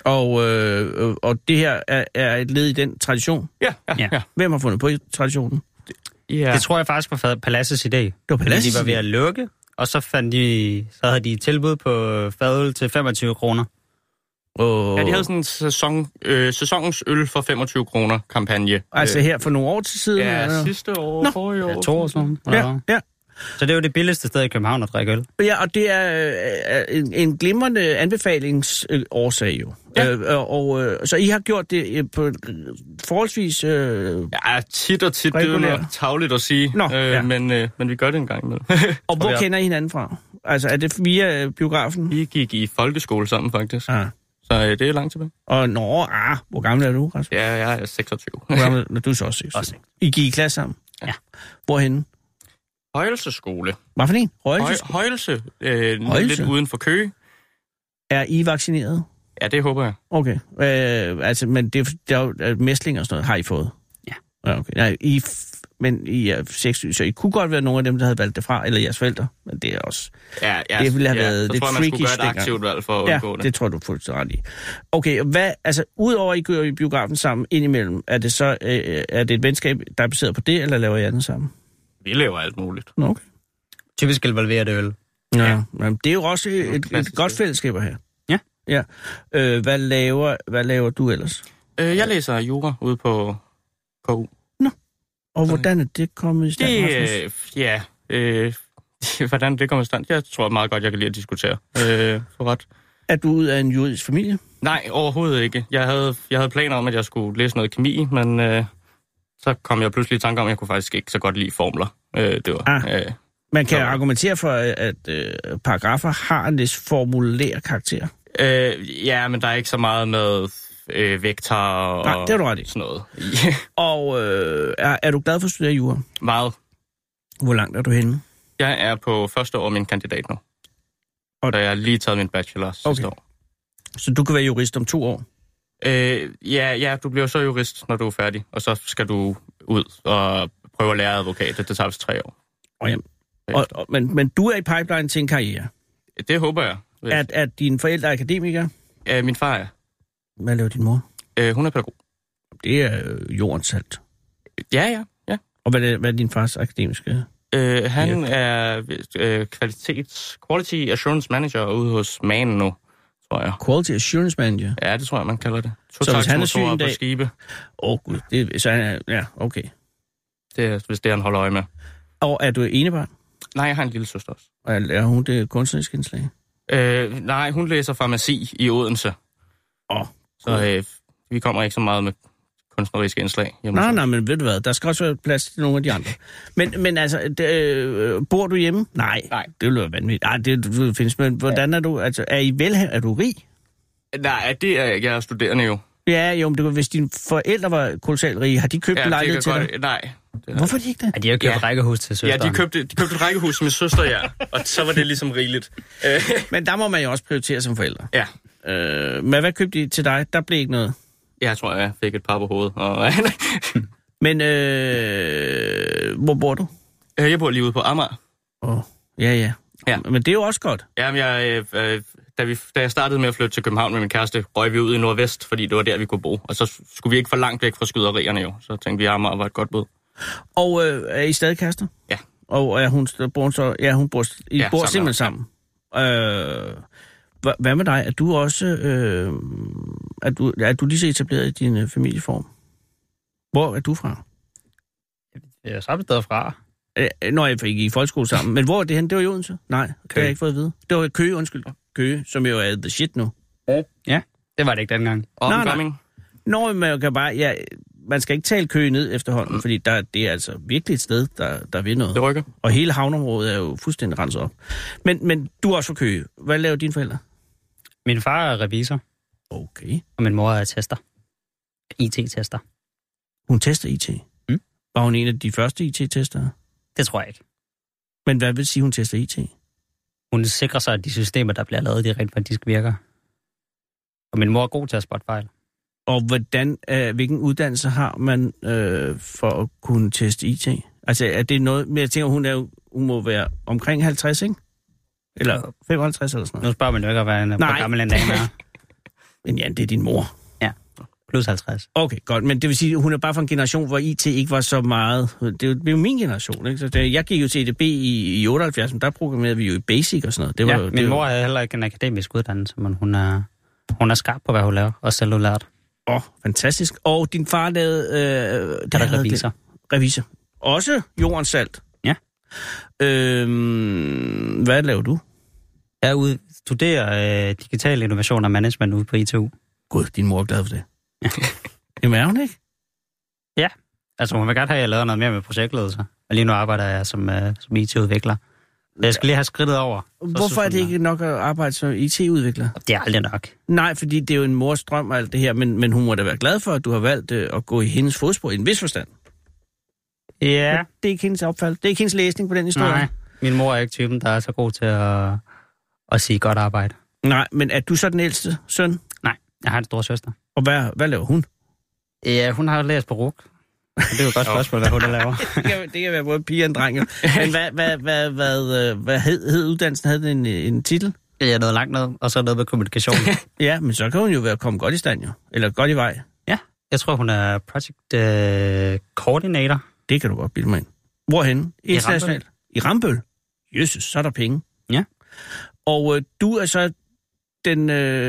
Og det her er et led i den tradition? Ja. Hvem har fundet på traditionen? Ja. Det tror jeg faktisk var Paladses idé. Det var Paladses de var ved at lukke, og så havde de tilbud på fadøl til 25 kroner. Ja, de havde sådan en sæsonens øl for 25 kroner kampagne. Altså her for nogle år til siden? Ja, eller? sidste år, forrige år. Ja, 2 år siden. Ja. Så det er jo det billigste sted i København at drikke øl. Ja, og det er en glimrende anbefalingsårsag jo. Ja. Så I har gjort det på forholdsvis... Ja, tit. Det er jo tavligt at sige, men vi gør det en gang imellem. Og hvor kender I hinanden fra? Altså, er det via biografen? Vi gik i folkeskole sammen, faktisk. Så det er langt tilbage. Og hvor gammel er du, Rasmus? Ja, jeg er 26. Hvor gammel er du? Så også 26. I gik i klasse sammen? Ja. Hvorhenne? Højelseskole. Hvad for en? Højelse? Lidt uden for Køge. Er I vaccineret? Ja, det håber jeg. Okay. Men det er jo mæsling og sådan noget, har I fået? Ja. Okay. Nej, men I er 6, så I kunne godt være nogle af dem, der havde valgt det fra, eller jeres forældre, men det er også... Ja, det ville have været lidt tricky. Så tror jeg, man skulle gøre et aktivt valg for at undgå det. Det tror du fuldstændig ret i. Okay, udover at I går i biografen sammen indimellem, er det så er det et venskab, der er baseret på det, eller laver I andet sammen? Vi laver alt muligt. Okay. Typisk involverer det øl. Ja, men det er jo også et godt fællesskab her. Ja. Hvad laver du ellers? Jeg læser jura ude på KU. Nå, og hvordan er det kommet i stand? Hvordan det kommer i stand? Jeg tror meget godt, jeg kan lide at diskutere. For ret. Er du ud af en juridisk familie? Nej, overhovedet ikke. Jeg havde planer om, at jeg skulle læse noget kemi, men så kom jeg pludselig i tanke om, at jeg kunne faktisk ikke så godt lide formler. Man kan argumentere for, at paragrafer har en lidt formulær karakter. Ja, men der er ikke så meget med vektor og nej, det er du ret i. Sådan noget. Og er du glad for at studere jura? Meget. Hvor langt er du henne? Jeg er på første år min kandidat nu. Og jeg har lige taget min bachelor sidste år. Så du kan være jurist om 2 år? Ja, du bliver så jurist, når du er færdig. Og så skal du ud og prøve at lære advokat. Det tager vist 3 år. Men du er i pipeline til en karriere. Det håber jeg. Er dine forældre akademikere? Min far er. Hvad laver din mor? Hun er pædagog. Det er jordens salt. Ja. Og hvad er din fars akademiske? Han er Quality Assurance Manager ude hos MAN nu, tror jeg. Quality Assurance Manager? Ja, det tror jeg, man kalder det. Så hvis han er syg en dag... på skibe. Gud, så han er... Ja, okay. Det er, hvis det han holder øje med. Og er du enebarn? Nej, jeg har en lille søster også. Og er hun det kunstneriske indslag? Nej, hun læser farmaci i Odense. Så vi kommer ikke så meget med kunstneriske indslag. Nej, men ved du hvad, der skal også være plads til nogle af de andre. Men altså, bor du hjemme? Nej. Det vil være vanvittigt. Nej, det findes, men hvordan er du? Altså, er du rig? Nej, det er jeg er studerende jo. Ja, jo, men hvis dine forældre var kolossalt rige, har de købt en lejlighed til dig? Nej. Hvorfor de ikke det? Ja, de har købt et rækkehus til søsteren. Ja, de købte et rækkehus til min søster, ja. Og så var det ligesom rigeligt. Men der må man jo også prioritere som forældre. Ja. Men hvad købte de til dig? Der blev ikke noget. Jeg tror, jeg fik et par på hovedet. Men hvor bor du? Jeg bor lige ude på Amager. Ja. Men det er jo også godt. Jamen, da jeg startede med at flytte til København med min kæreste, røg vi ud i Nordvest, fordi det var der, vi kunne bo. Og så skulle vi ikke for langt væk fra skyderierne jo. Så tænkte vi, at Amager var et godt bud. Og er I stadig kærester? Ja. Og hun bor så... Ja, hun bor... I bor simpelthen sammen. Hvad med dig? Er du også... Er du lige så etableret i din familieform? Hvor er du fra? Jeg er samme sted fra. Når jeg fik i folkeskole sammen. Men hvor er det hen? Det var i Odense? Nej, det har jeg ikke fået at vide. Det var Køge, undskyld. Køge, som jo er the shit nu. Ja, det var det ikke dengang. Nå, man kan bare... Ja, man skal ikke tale Køge ned efterhånden, fordi det er altså virkelig et sted, der vil noget. Det rykker. Og hele havneområdet er jo fuldstændig renset op. Men du er også fra Køge. Hvad laver dine forældre? Min far er revisor. Okay. Og min mor er tester. IT-tester. Hun tester IT? Var hun en af de første IT-testere? Det tror jeg ikke. Men hvad vil sige, hun tester IT? Hun sikrer sig, at de systemer, der bliver lavet, de rent faktisk virker. Og min mor er god til at spotte fejl. Og hvilken uddannelse har man for at kunne teste IT? Altså, er det noget... Men jeg tænker, hun må være omkring 50, ikke? Eller 55 eller sådan noget. Nu spørger man jo ikke, hvor gammel en dame er. Men ja, det er din mor. Ja, plus 50. Okay, godt. Men det vil sige, at hun er bare fra en generation, hvor IT ikke var så meget... Det er jo min generation, ikke? Så jeg gik jo til EDB i 78, men der programmerede vi jo i Basic og sådan noget. Det var min mor er heller ikke en akademisk uddannelse, men hun er skarp på, hvad hun laver, og selvudlært. Fantastisk. Og din far lavede... Revisor. Også jordens salt. Ja. Hvad laver du? Jeg studerer digital innovation og management ude på ITU. Gud, din mor er glad for det. Jamen er hun ikke? Ja. Altså hun vil godt have, at jeg laver noget mere med projektledelse. Og lige nu arbejder jeg som IT-udvikler. Jeg skal lige have skridtet over. Hvorfor er det ikke nok at arbejde som IT-udvikler? Det er aldrig nok. Nej, fordi det er jo en mors drøm og alt det her, men hun må da være glad for, at du har valgt at gå i hendes fodspor i en vis forstand. Ja. Men det er ikke hendes opfald. Det er ikke hendes læsning på den historie. Nej, min mor er ikke typen, der er så god til at sige godt arbejde. Nej, men er du så den ældste søn? Nej, jeg har en stor søster. Og hvad laver hun? Ja, hun har jo læst på RUK. Det er jo et godt spørgsmål, hvad hun laver. det kan være både pige og en dreng. Men hvad hed uddannelsen? Havde den en titel? Ja, noget langt noget, og så noget med kommunikation. Ja, men så kan hun jo være kommet godt i stand, jo. Eller godt i vej. Ja, jeg tror, hun er project coordinator. Det kan du godt bilde mig ind. Hvorhenne? Internationalt? I Rambøl? Jesus, så er der penge. Ja. Og du er så den...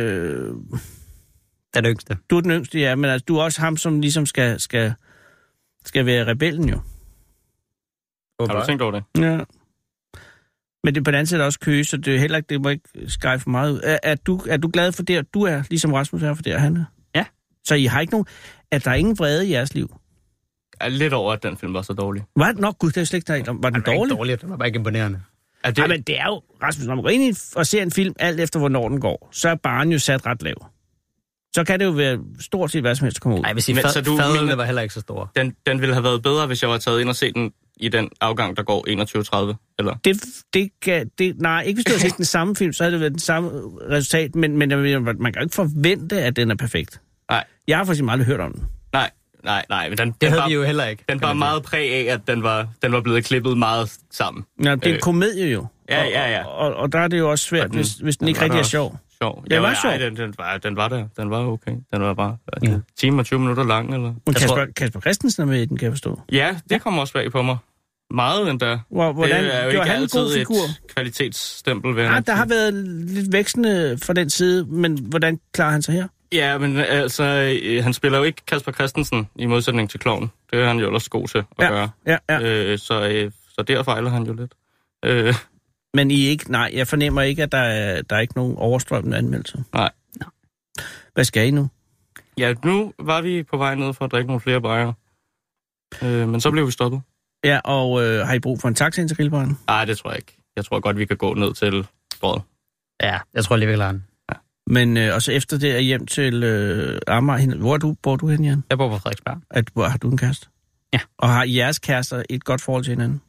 Den yngste. Du er den yngste, ja, men altså, du er også ham, som ligesom skal være rebellen, jo. Har du tænkt over det? Ja. Men det er på den anden side også Køge, så det er heller ikke, det må ikke skære for meget ud. Er du glad for det, du er, ligesom Rasmus er for det, han er? Ja. Så I har ikke nogen... At der er ingen vrede i jeres liv? Jeg er lidt over, at den film var så dårlig. Var det nok? Gud, det er slet ikke... Var den dårlig? Det var bare ikke imponerende. Ja, men det er jo... Rasmus, når man går ind og ser en film, alt efter hvornår den går, så er barnen jo sat ret lav. Så kan det jo være stort set hvad som helst at komme ud. Nej, hvis fadene var heller ikke så store. Den ville have været bedre, hvis jeg var taget ind og set den i den afgang, der går 21:30, eller? Nej, ikke hvis du havde set den samme film, så havde det været den samme resultat, men man kan jo ikke forvente, at den er perfekt. Nej. Jeg har for eksempel aldrig hørt om den. Nej, Nej, men Det havde vi jo heller ikke. Den var meget præg af, at den var blevet klippet meget sammen. Ja, det er en komedie jo. Ja. Og der er det jo også svært, hvis den ikke rigtig er sjov. Det var sjov. Den var der. Den var okay. Den var bare en time og 20 minutter lang, eller? Kasper Christensen er med i den, kan jeg forstå. Ja, det kommer også bag på mig. Meget endda. Hvordan, det er jo ikke altid et kvalitetsstempel ved der har været lidt vækstende fra den side, men hvordan klarer han sig her? Ja, men altså, han spiller jo ikke Kasper Christensen i modsætning til Klovn. Det er han jo ellers god til at gøre. Ja. Så der fejler han jo lidt. Men jeg fornemmer ikke, at der er ikke nogen overstrømmende anmeldelser. Nej. Hvad skal I nu? Ja, nu var vi på vej ned for at drikke nogle flere bajere. Men så blev vi stoppet. Ja, og har I brug for en taxa ind til grillbaren? Nej, det tror jeg ikke. Jeg tror godt, vi kan gå ned til Brød. Ja, jeg tror alligevel, han. Ja. Men og så efter det er hjem til Amager. Hvor bor du hen, Jan? Jeg bor på Frederiksberg. Hvor har du en kæreste? Ja. Og har jeres kærester et godt forhold til hinanden?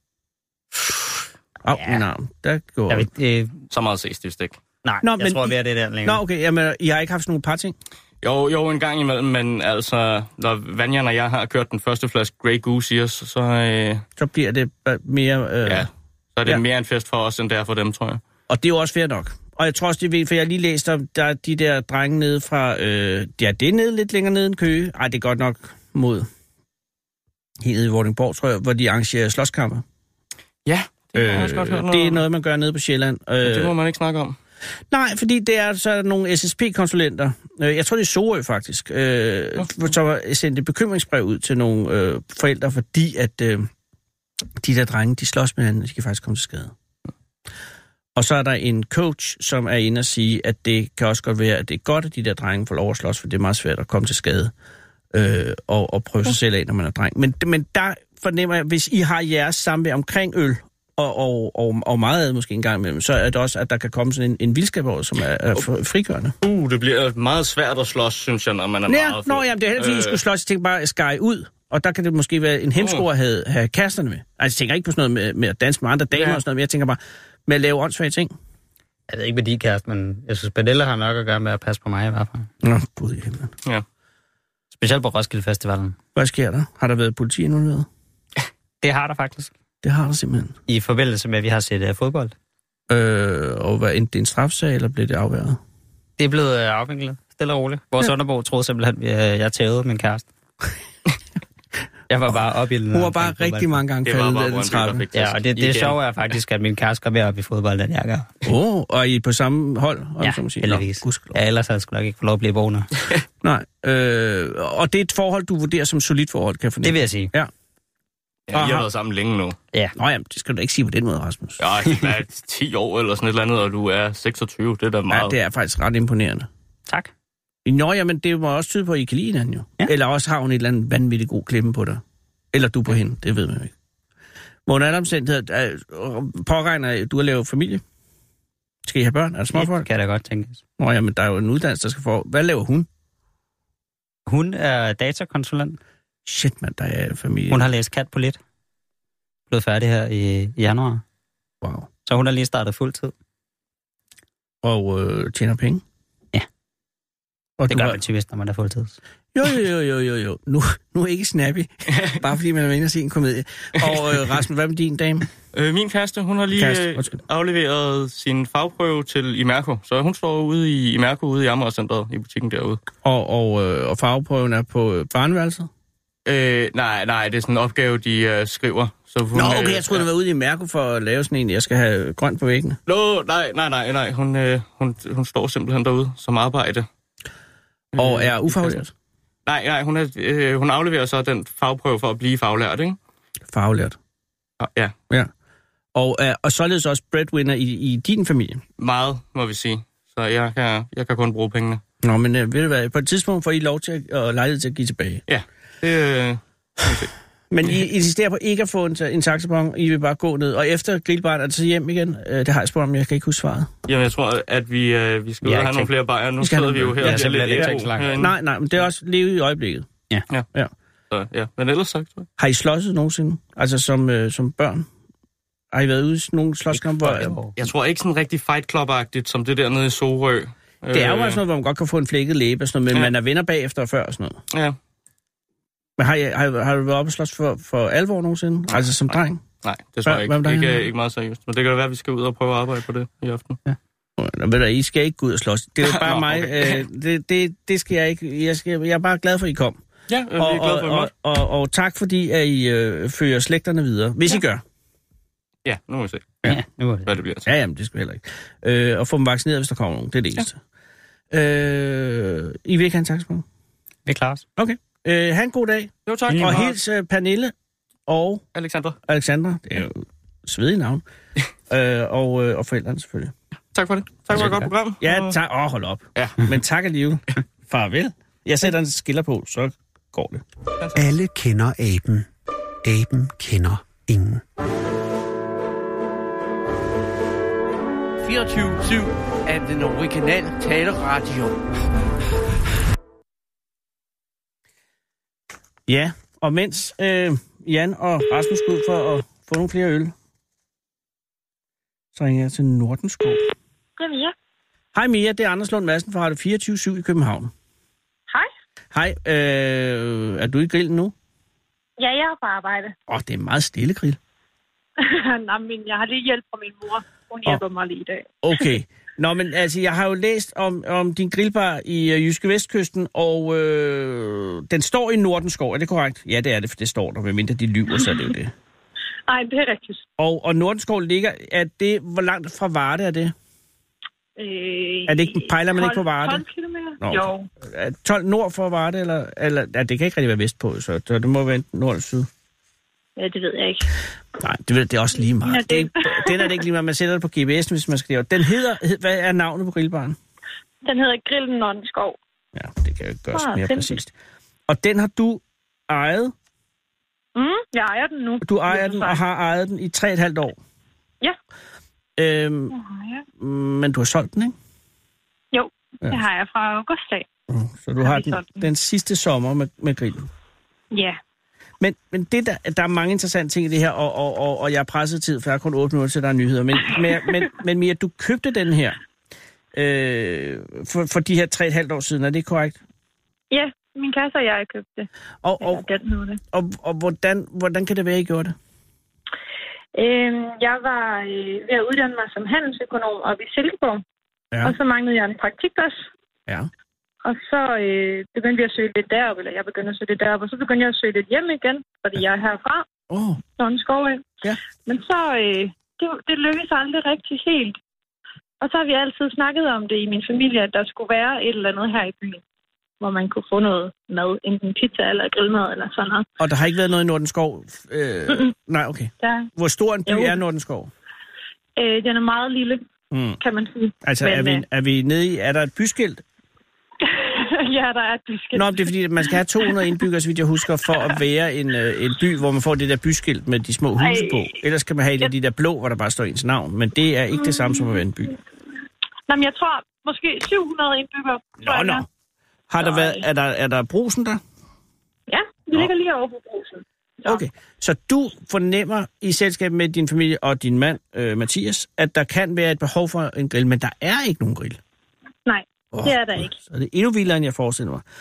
Min arm. Der går... Så meget ses det ikke. Nej, jeg tror, vi er det der længere. Nå, okay. Jamen, I har ikke haft sådan nogle par ting? Jo, en gang imellem, men altså, når Vanjan og jeg har kørt den første flaske Grey Goose i os, så bliver det mere... så er det mere en fest for os, end det er for dem, tror jeg. Og det er jo også fair nok. Og jeg tror også, det ved, for jeg har lige læst om, der er de der drenge nede fra... det er nede lidt længere nede end Køge. Ej, det er godt nok mod helt i Vordingborg, tror jeg, hvor de arrangerer slåskampe. Ja, det har jeg også godt hørt noget. Det er noget, man gør nede på Sjælland. Det må man ikke snakke om. Nej, fordi det er så er nogle SSP-konsulenter. Jeg tror, det er Sorø faktisk. Så har sendt et bekymringsbrev ud til nogle forældre, fordi at de der drenge, de slås med hinanden, de kan faktisk komme til skade. Og så er der en coach, som er inde og sige, at det kan også godt være, at det er godt, at de der drenge får lov at slås, for det er meget svært at komme til skade og prøve sig selv af, når man er dreng. Men der fornemmer jeg, hvis I har jeres samvær omkring øl, og meget af måske en gang imellem, så er det også, at der kan komme sådan en vildskab over, som er frigørende. Det bliver meget svært at slås, synes jeg, når man er meget fuld. Jamen, det er heller fordi, I skulle slås, jeg tænker bare at skære ud, og der kan det måske være en hemsko at have kæresterne med. Altså, jeg tænker ikke på sådan noget med at danse med andre damer og sådan noget, men jeg tænker bare med at lave åndssvage ting. Jeg ved ikke med de kæreste, men jeg synes, Benella har nok at gøre med at passe på mig i hvert fald. Nå, Gud i himlen. Ja. Specielt på Roskilde Festivalen. Hvad sker der? Har der været politi involveret? Det har der faktisk. Det har der simpelthen. I forbindelse med, at vi har set fodbold. Og var det en strafsag, eller blev det afværget? Det er blevet afviklet, stille og roligt. Vores underbo troede simpelthen, at jeg tævede min kæreste. Jeg var bare oppe i den. Hun var bare rigtig mange gange faldet af den trappe. Ja, og det sjove er faktisk, at min kæreste går mere op i fodbold, end jeg gør. Og I er på samme hold? Ja, heldigvis. Ja, ellers havde jeg sgu nok ikke få lov at blive boende. Nej, og det er et forhold, du vurderer som solidt forhold, kan jeg fornemme? Det vil jeg sige. Ja. Ja, I har været sammen længe nu. Ja. Nå jamen, det skal du da ikke sige på den måde, Rasmus. Ja, det er 10 år eller sådan et eller andet, og du er 26. Det er da meget... Ja, det er faktisk ret imponerende. Tak. Nå, jamen, det må også tyde på, at I kan lide hinanden jo. Ja. Eller også har hun et eller andet vanvittigt god klemme på dig. Eller du på hende, det ved man jo ikke. Hvor en anden omstændighed påregner, at du har lavet familie. Skal I have børn? Er det småfolk? Det kan da godt tænkes. Nå, jamen, der er jo en uddannelse, der skal få... Hvad laver hun? Hun er datakonsulent. Shit, mand, der er familie. Hun har læst kat på lidt. Blevet færdig her i januar. Wow. Så hun har lige startet fuldtid. Og tjener penge? Ja. Og det gør man typisk, når man er fuldtid. Jo. Nu er ikke snappy. Bare fordi man er inde og se en komedie. Og Rasmus, hvad med din dame? Min kæreste, hun har lige afleveret sin fagprøve til Imerco. Så hun står ude i Imerco, ude i Amagercentret, i butikken derude. Og fagprøven er på barneværelset? Nej, det er sådan en opgave, de skriver. Så hun, okay, jeg troede, det var ude i Imerco for at lave sådan en, jeg skal have grønt på væggene. Nej. Hun står simpelthen derude som arbejde. Og er ufaglært? Nej, hun afleverer så den fagprøve for at blive faglært, ikke? Faglært? Ja. Og således også breadwinner i din familie? Meget, må vi sige. Så jeg kan kun bruge pengene. Nå, men ved du hvad, på et tidspunkt får I lov til at lejlighed til at give tilbage? Ja, det men I insisterer på ikke at få en taxabon, I vil bare gå ned, og efter grillbaren er det så hjem igen? Det har jeg spurgt om, jeg kan ikke huske svaret. Jamen, jeg tror, at vi skal ud og have nogle flere bajer. Nu sidder vi jo her. Nej, men det er også levet i øjeblikket. Ja. Så, ja, men ellers sagt. Har I slåsset nogensinde? Altså som børn? Har I været ude i nogle slåskamper? Jeg tror ikke sådan rigtig Fight Club-agtigt, som det der nede i Sorø. Det er jo også noget, hvor man godt kan få en flækket læbe, sådan noget, men man er venner bagefter og før og sådan noget. Ja. Men har du været oppe og slås for alvor nogensinde? Altså som dreng? Nej, det tror jeg ikke. Ikke meget seriøst. Men det kan da være, at vi skal ud og prøve at arbejde på det i aften. Ja. Ved du, I skal ikke gå ud og slås. Det er jo bare mig. Okay. Det skal jeg ikke. Jeg er bare glad for, at I kom. Ja, vi er glade for det. Og tak fordi, at I fører slægterne videre. Hvis I gør. Ja, nu må vi se. Ja, nu må vi se. Hvad det bliver. Ja, jamen, det skal vi heller ikke. Og få dem vaccineret, hvis der kommer nogen. Det er det eneste. I vil ikke have en taxaspring? Vi er klar. Okay. Ha' en god dag. Jo, tak. Og hils Pernille og Alexandra. Det er jo svedige navn. Og forældrene selvfølgelig. Tak for det. Tak for et godt program. Ja, tak. Hold op. Ja. Men tak alligevel. Farvel. Jeg sætter en skiller på, så går det. Alle kender aben. Aben kender ingen. 24/7 er den originale taleradio. Ja, og mens Jan og Rasmus går ud for at få nogle flere øl, så ringer jeg til Nordenskov. Det er Mia. Hej Mia, det er Anders Lund Madsen fra Radio 24/7 i København. Hej. Hej, er du i grillen nu? Ja, jeg er på arbejde. Det er en meget stille grill. Nej, men jeg har lige hjælp fra min mor. Hun hjælper mig lige i dag. Okay. Nå, men altså, jeg har jo læst om din grillbar i Jyske Vestkysten, og den står i Nordenskov. Er det korrekt? Ja, det er det, for det står der. Medmindre de lyver, så er det jo det. Nej, det er rigtigt. Og Nordenskov ligger... Hvor langt fra Varde er det? Er det ikke, pejler man 12, ikke på Varde? 12 kilometer? Nå, jo. 12 nord for Varde, eller det kan ikke rigtig være vestpå, så det må være nord eller syd. Ja, det ved jeg ikke. Nej, det er også lige meget. Den er det ikke lige meget. Man sætter det på GPS'en, hvis man skal det. Den hedder... Hvad er navnet på grillbaren? Den hedder Grillen Nordenskov. Ja, det kan jo ikke gøres mere præcist. Og den har du ejet? Jeg ejer den nu. Du ejer den og har ejet den i 3,5 år? Ja. Men du har solgt den, ikke? Jo, det har jeg fra august af. Så du har den sidste sommer med grillen? Ja. Men der er mange interessante ting i det her, og jeg har presset tid, for jeg har kun 8 minutter til, der er nyheder. Men Mia, du købte den her for de her 3,5 år siden, er det korrekt? Ja, min kæreste og jeg købte det. Og hvordan kan det være, I gjorde det? Jeg var ved at uddanne mig som handelsøkonom oppe i Silkeborg, og så manglede jeg en praktikplads. Ja. Og så begyndte vi at søge lidt derop, eller jeg begyndte at søge lidt derop, og så begyndte jeg at søge lidt hjem igen, fordi jeg er herfra. Nordenskov. Ja. Men så, det lykkedes aldrig rigtig helt. Og så har vi altid snakket om det i min familie, at der skulle være et eller andet her i byen, hvor man kunne få noget mad, enten pizza eller grillmad eller sådan noget. Og der har ikke været noget i Nordenskov? Nej, okay. Hvor stor en by er Nordenskov? Den er meget lille, kan man sige. Altså, men, er vi nede i, er der et byskilt? Ja, der er et byskilt. Nå, det er fordi, man skal have 200 indbyggere, så vidt jeg husker, for at være en by, hvor man får det der byskilt med de små huse på. Ellers kan man have de der blå, hvor der bare står ens navn. Men det er ikke det samme som at være en by. Nå, men jeg tror måske 700 indbyggere. Nå. Har der været, er der Brugsen der? Ja, vi ligger lige over på Brugsen. Okay, så du fornemmer i selskab med din familie og din mand, Mathias, at der kan være et behov for en grill, men der er ikke nogen grill. Nej. Det er der ikke. Så det er endnu vildere, end jeg forestiller mig.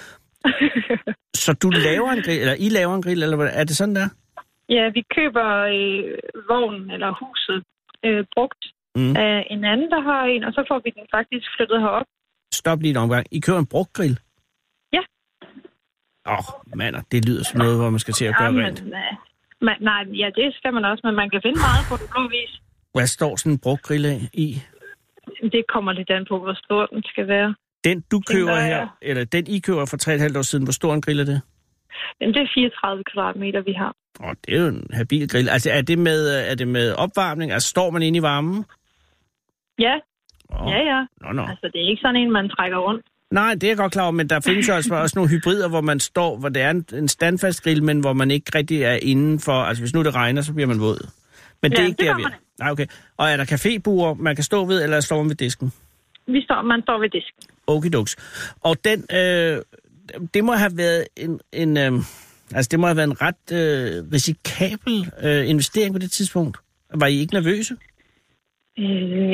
Så du laver en grill, eller I laver en grill, eller hvad? Er det sådan der? Ja, vi køber vognen eller huset brugt af en anden, der har en, og så får vi den faktisk flyttet herop. Stop lige en omgang. I køber en brugt grill? Ja. Mander, det lyder som noget, hvor man skal til at gøre rent. Nej, ja, det skal man også, men man kan finde meget på den blå vis. Hvad står sådan en brugt grill af i? Det kommer lidt an på, hvor stor den skal være. Den du køber her, eller den I køber for 3,5 år siden, hvor stor en grill er det? Jamen, det er 34 kvadratmeter, vi har. Det er jo en habil grill. Altså, er det med opvarmning? Altså, står man inde i varmen? Ja. Ja. Nå. Altså, det er ikke sådan en, man trækker rundt. Nej, det er jeg godt klar over, men der findes jo også nogle hybrider, hvor man står, hvor det er en standfast grill, men hvor man ikke rigtig er indenfor. Altså, hvis nu det regner, så bliver man våd. Men det er ikke der, vi er. Nej, okay. Og er der cafébuer, man kan stå ved, eller står man ved disken? Man står ved disken. Okidoks. Og den, det må have været det må have været en ret risikabel investering på det tidspunkt. Var I ikke nervøse?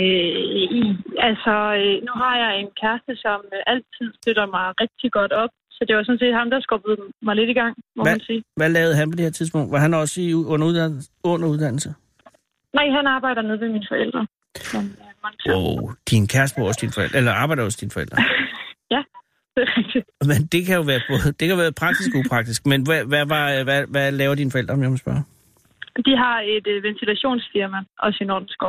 Nu har jeg en kæreste, som altid støtter mig rigtig godt op, Så det var sådan set ham, der skubbede mig lidt i gang, må man sige. Hvad lavede han på det her tidspunkt? Var han også under uddannelse? Nej, han arbejder nede ved mine forældre. Din kæreste var også dine forældre, eller arbejder også dine forældre? Ja, det er rigtigt. Men det kan jo være både, det kan være praktisk og upraktisk. Men hvad laver dine forældre, om jeg må spørge? De har et ventilationsfirma, også i Nordenskov.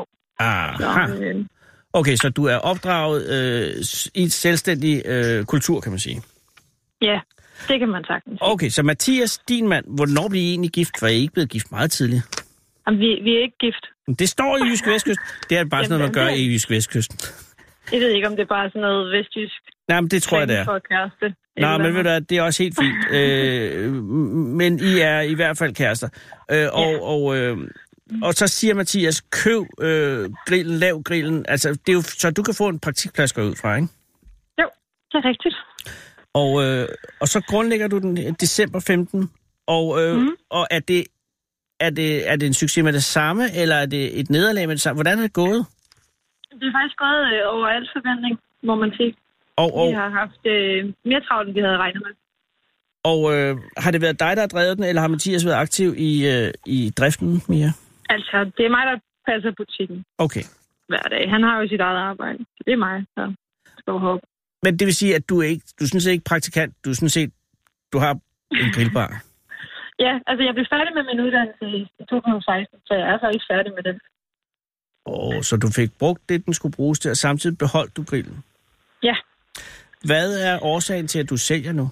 Okay, så du er opdraget i et selvstændig kultur, kan man sige? Ja, det kan man sagtens. Okay, så Mathias, din mand, hvornår blev I egentlig gift? For I er ikke blevet gift meget tidligt. Jamen, vi er ikke gift. Det står i Jysk Vestkyst. Det er bare sådan noget, man gør i Jysk Vestkysten. Jeg ved ikke, om det er bare sådan noget vestjysk. Nej, men det tror jeg, det er. For kæreste. Nej, men ved du hvad, det er også helt fint. Men I er i hvert fald kærester. Og så siger Mathias, køb grillen, lav grillen. Altså, det er jo, så du kan få en praktikplads gå ud fra, ikke? Jo, det er rigtigt. Og så grundlægger du den december 15. Og er det en succes med det samme, eller er det et nederlag med det samme? Hvordan er det gået? Det er faktisk gået over al forventning, må man sige. Vi har haft mere travlt, end vi havde regnet med. Og har det været dig, der har drevet den, eller har Mathias været aktiv i driften, Mia? Altså, det er mig, der passer butikken. Okay. Hver dag. Han har jo sit eget arbejde, så det er mig, der står heroppe. Men det vil sige, at du er sådan set ikke praktikant, du har en grillbar? Ja, altså jeg blev færdig med min uddannelse i 2016, så jeg er faktisk færdig med den. Så du fik brugt det, den skulle bruges til, og samtidig beholdt du grillen? Ja. Hvad er årsagen til, at du sælger nu?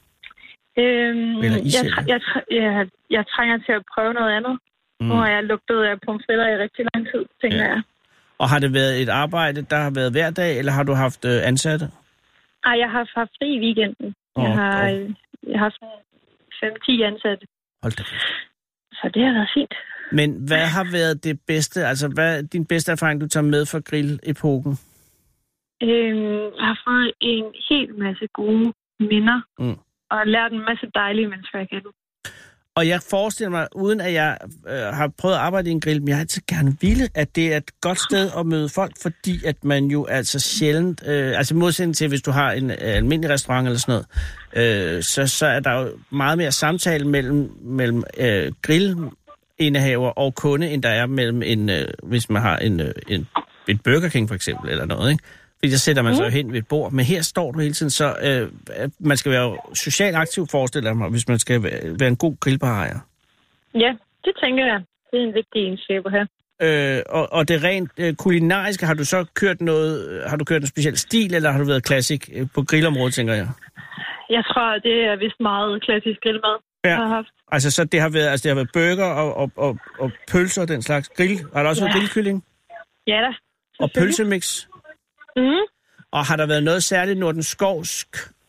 Jeg trænger til at prøve noget andet. Nu har jeg lugtet af pomfritter i rigtig lang tid, tænker jeg. Og har det været et arbejde, der har været hver dag, eller har du haft ansatte? Nej, jeg har haft fri i weekenden. Jeg har haft 5-10 ansatte. Hold da. Så det har været fint. Men hvad har været det bedste, altså hvad er din bedste erfaring, du tager med fra grill-epoken? Jeg har fået en hel masse gode minder, og lært en masse dejlige mennesker, jeg kender. Og jeg forestiller mig, uden at jeg har prøvet at arbejde i en grill, men jeg har altid gerne ville, at det er et godt sted at møde folk, fordi at man jo altså sjældent, altså modsætning til, hvis du har en almindelig restaurant eller sådan noget, så er der jo meget mere samtale mellem grillindehaver og kunde, end der er mellem hvis man har en Burger King for eksempel, eller noget, ikke? Fordi der sætter man sig jo hen ved et bord. Men her står du hele tiden, så man skal være socialt aktiv, forestiller mig, hvis man skal være en god grillbarejer. Ja, det tænker jeg. Det er en vigtig egenskab at have. Og det rent kulinariske, har du så kørt en speciel stil, eller har du været klassik på grillområdet, tænker jeg? Jeg tror, det er vist meget klassisk grillmad, jeg har haft. Altså, så det har været burger og pølser og den slags. Grill. Har der også været grillkylling? Ja da. Og pølsemix? Og har der været noget særligt nordenskovsk?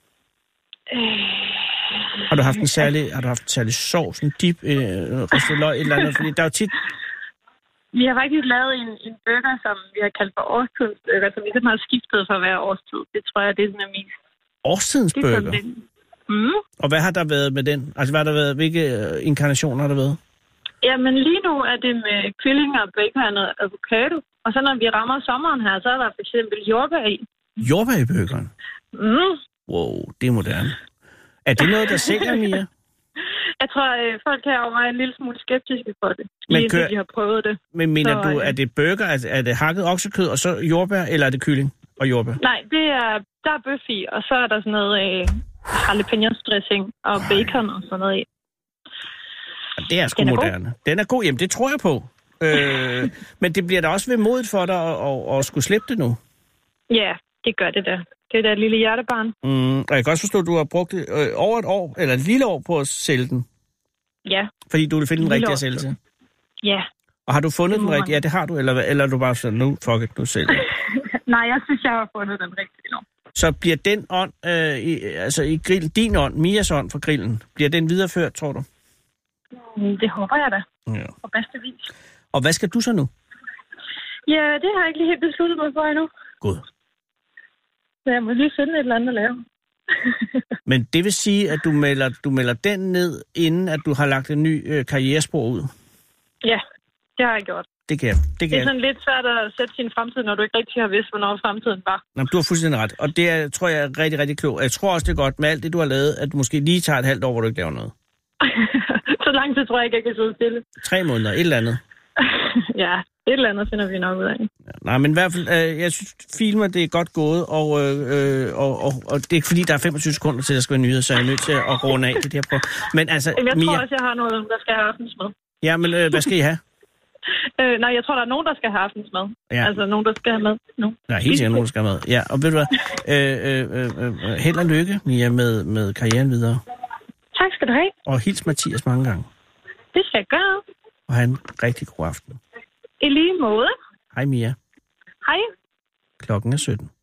Har du haft en særlig sovs, en dip, ristet løg, et eller andet? Fordi der er jo tit... Vi har faktisk lavet en burger, som vi har kaldt for årstidsburger, som ligesom har skiftet for hver årstid. Det tror jeg, det er sådan en mest. Årstidens burger? Og hvad har der været med den? Altså, hvad har der været? Hvilke inkarnationer har der været? Jamen, lige nu er det med kylling og bacon og avocado. Og så når vi rammer sommeren her, så er der for eksempel jordbær i. Jordbær i burgeren? Wow, det er moderne. Er det noget, der sælger, Mia? Jeg tror, folk herovre er en lille smule skeptiske for det. Lige indtil de har prøvet det. Men mener du, er det burger, er det hakket oksekød og så jordbær, eller er det kylling og jordbær? Nej, der er bøf i, og så er der sådan noget jalapenos-dressing og bacon og sådan noget i. Det er sgu moderne. God. Den er god. Jamen, det tror jeg på. Men det bliver da også vemodigt for dig at skulle slippe det nu. Ja, det gør det da. Det er da et lille hjertebarn. Og jeg kan også forstå, at du har brugt det over et år, eller et lille år på at sælge den. Ja. Fordi du vil finde den rigtige at sælge til. Ja. Og har du fundet den rigtige? Ja, det har du. Eller er du bare sådan, nu fuck it, nu sælger. Nej, jeg synes, jeg har fundet den rigtige nu. Så bliver den ånd, i grillen, din ånd, Mias ånd for grillen, bliver den videreført, tror du? Det håber jeg da. Ja. På bedste vis. Og hvad skal du så nu? Ja, det har jeg ikke lige helt besluttet mig for endnu. God. Så jeg må lige finde et eller andet at lave. Men det vil sige, at du melder den ned, inden at du har lagt en ny karrierespor ud? Ja, Det har jeg gjort. Det er sådan lidt svært at sætte sin fremtid, når du ikke rigtig har vidst, hvornår fremtiden var. Nå, du har fuldstændig ret. Og det tror jeg er rigtig, rigtig klogt. Jeg tror også, det er godt med alt det, du har lavet, at du måske lige tager et halvt år, hvor du ikke laver noget. Så lang tid tror jeg ikke, jeg kan sidde stille. 3 måneder, et eller andet. Ja, et eller andet finder vi nok ud af. Ja, nej, men i hvert fald, jeg synes, filmer, det er godt gået, og det er ikke fordi, der er 25 sekunder til, der skal være nyheder, så jeg er nødt til at runde af det her på. Men altså, jeg tror også, jeg har noget, der skal have aftensmad. Ja, men hvad skal I have? Nej, jeg tror, der er nogen, der skal have aftensmad. Ja. Altså, nogen, der skal have mad. No. Der er helt sikkert nogen, der skal have mad. Ja, og ved du hvad? Held og lykke, Mia, med karrieren videre. Tak skal du have. Og hils Mathias mange gange. Det skal jeg gøre. Og have en rigtig god aften. I lige måde. Hej, Mia. Hej. Klokken er 17.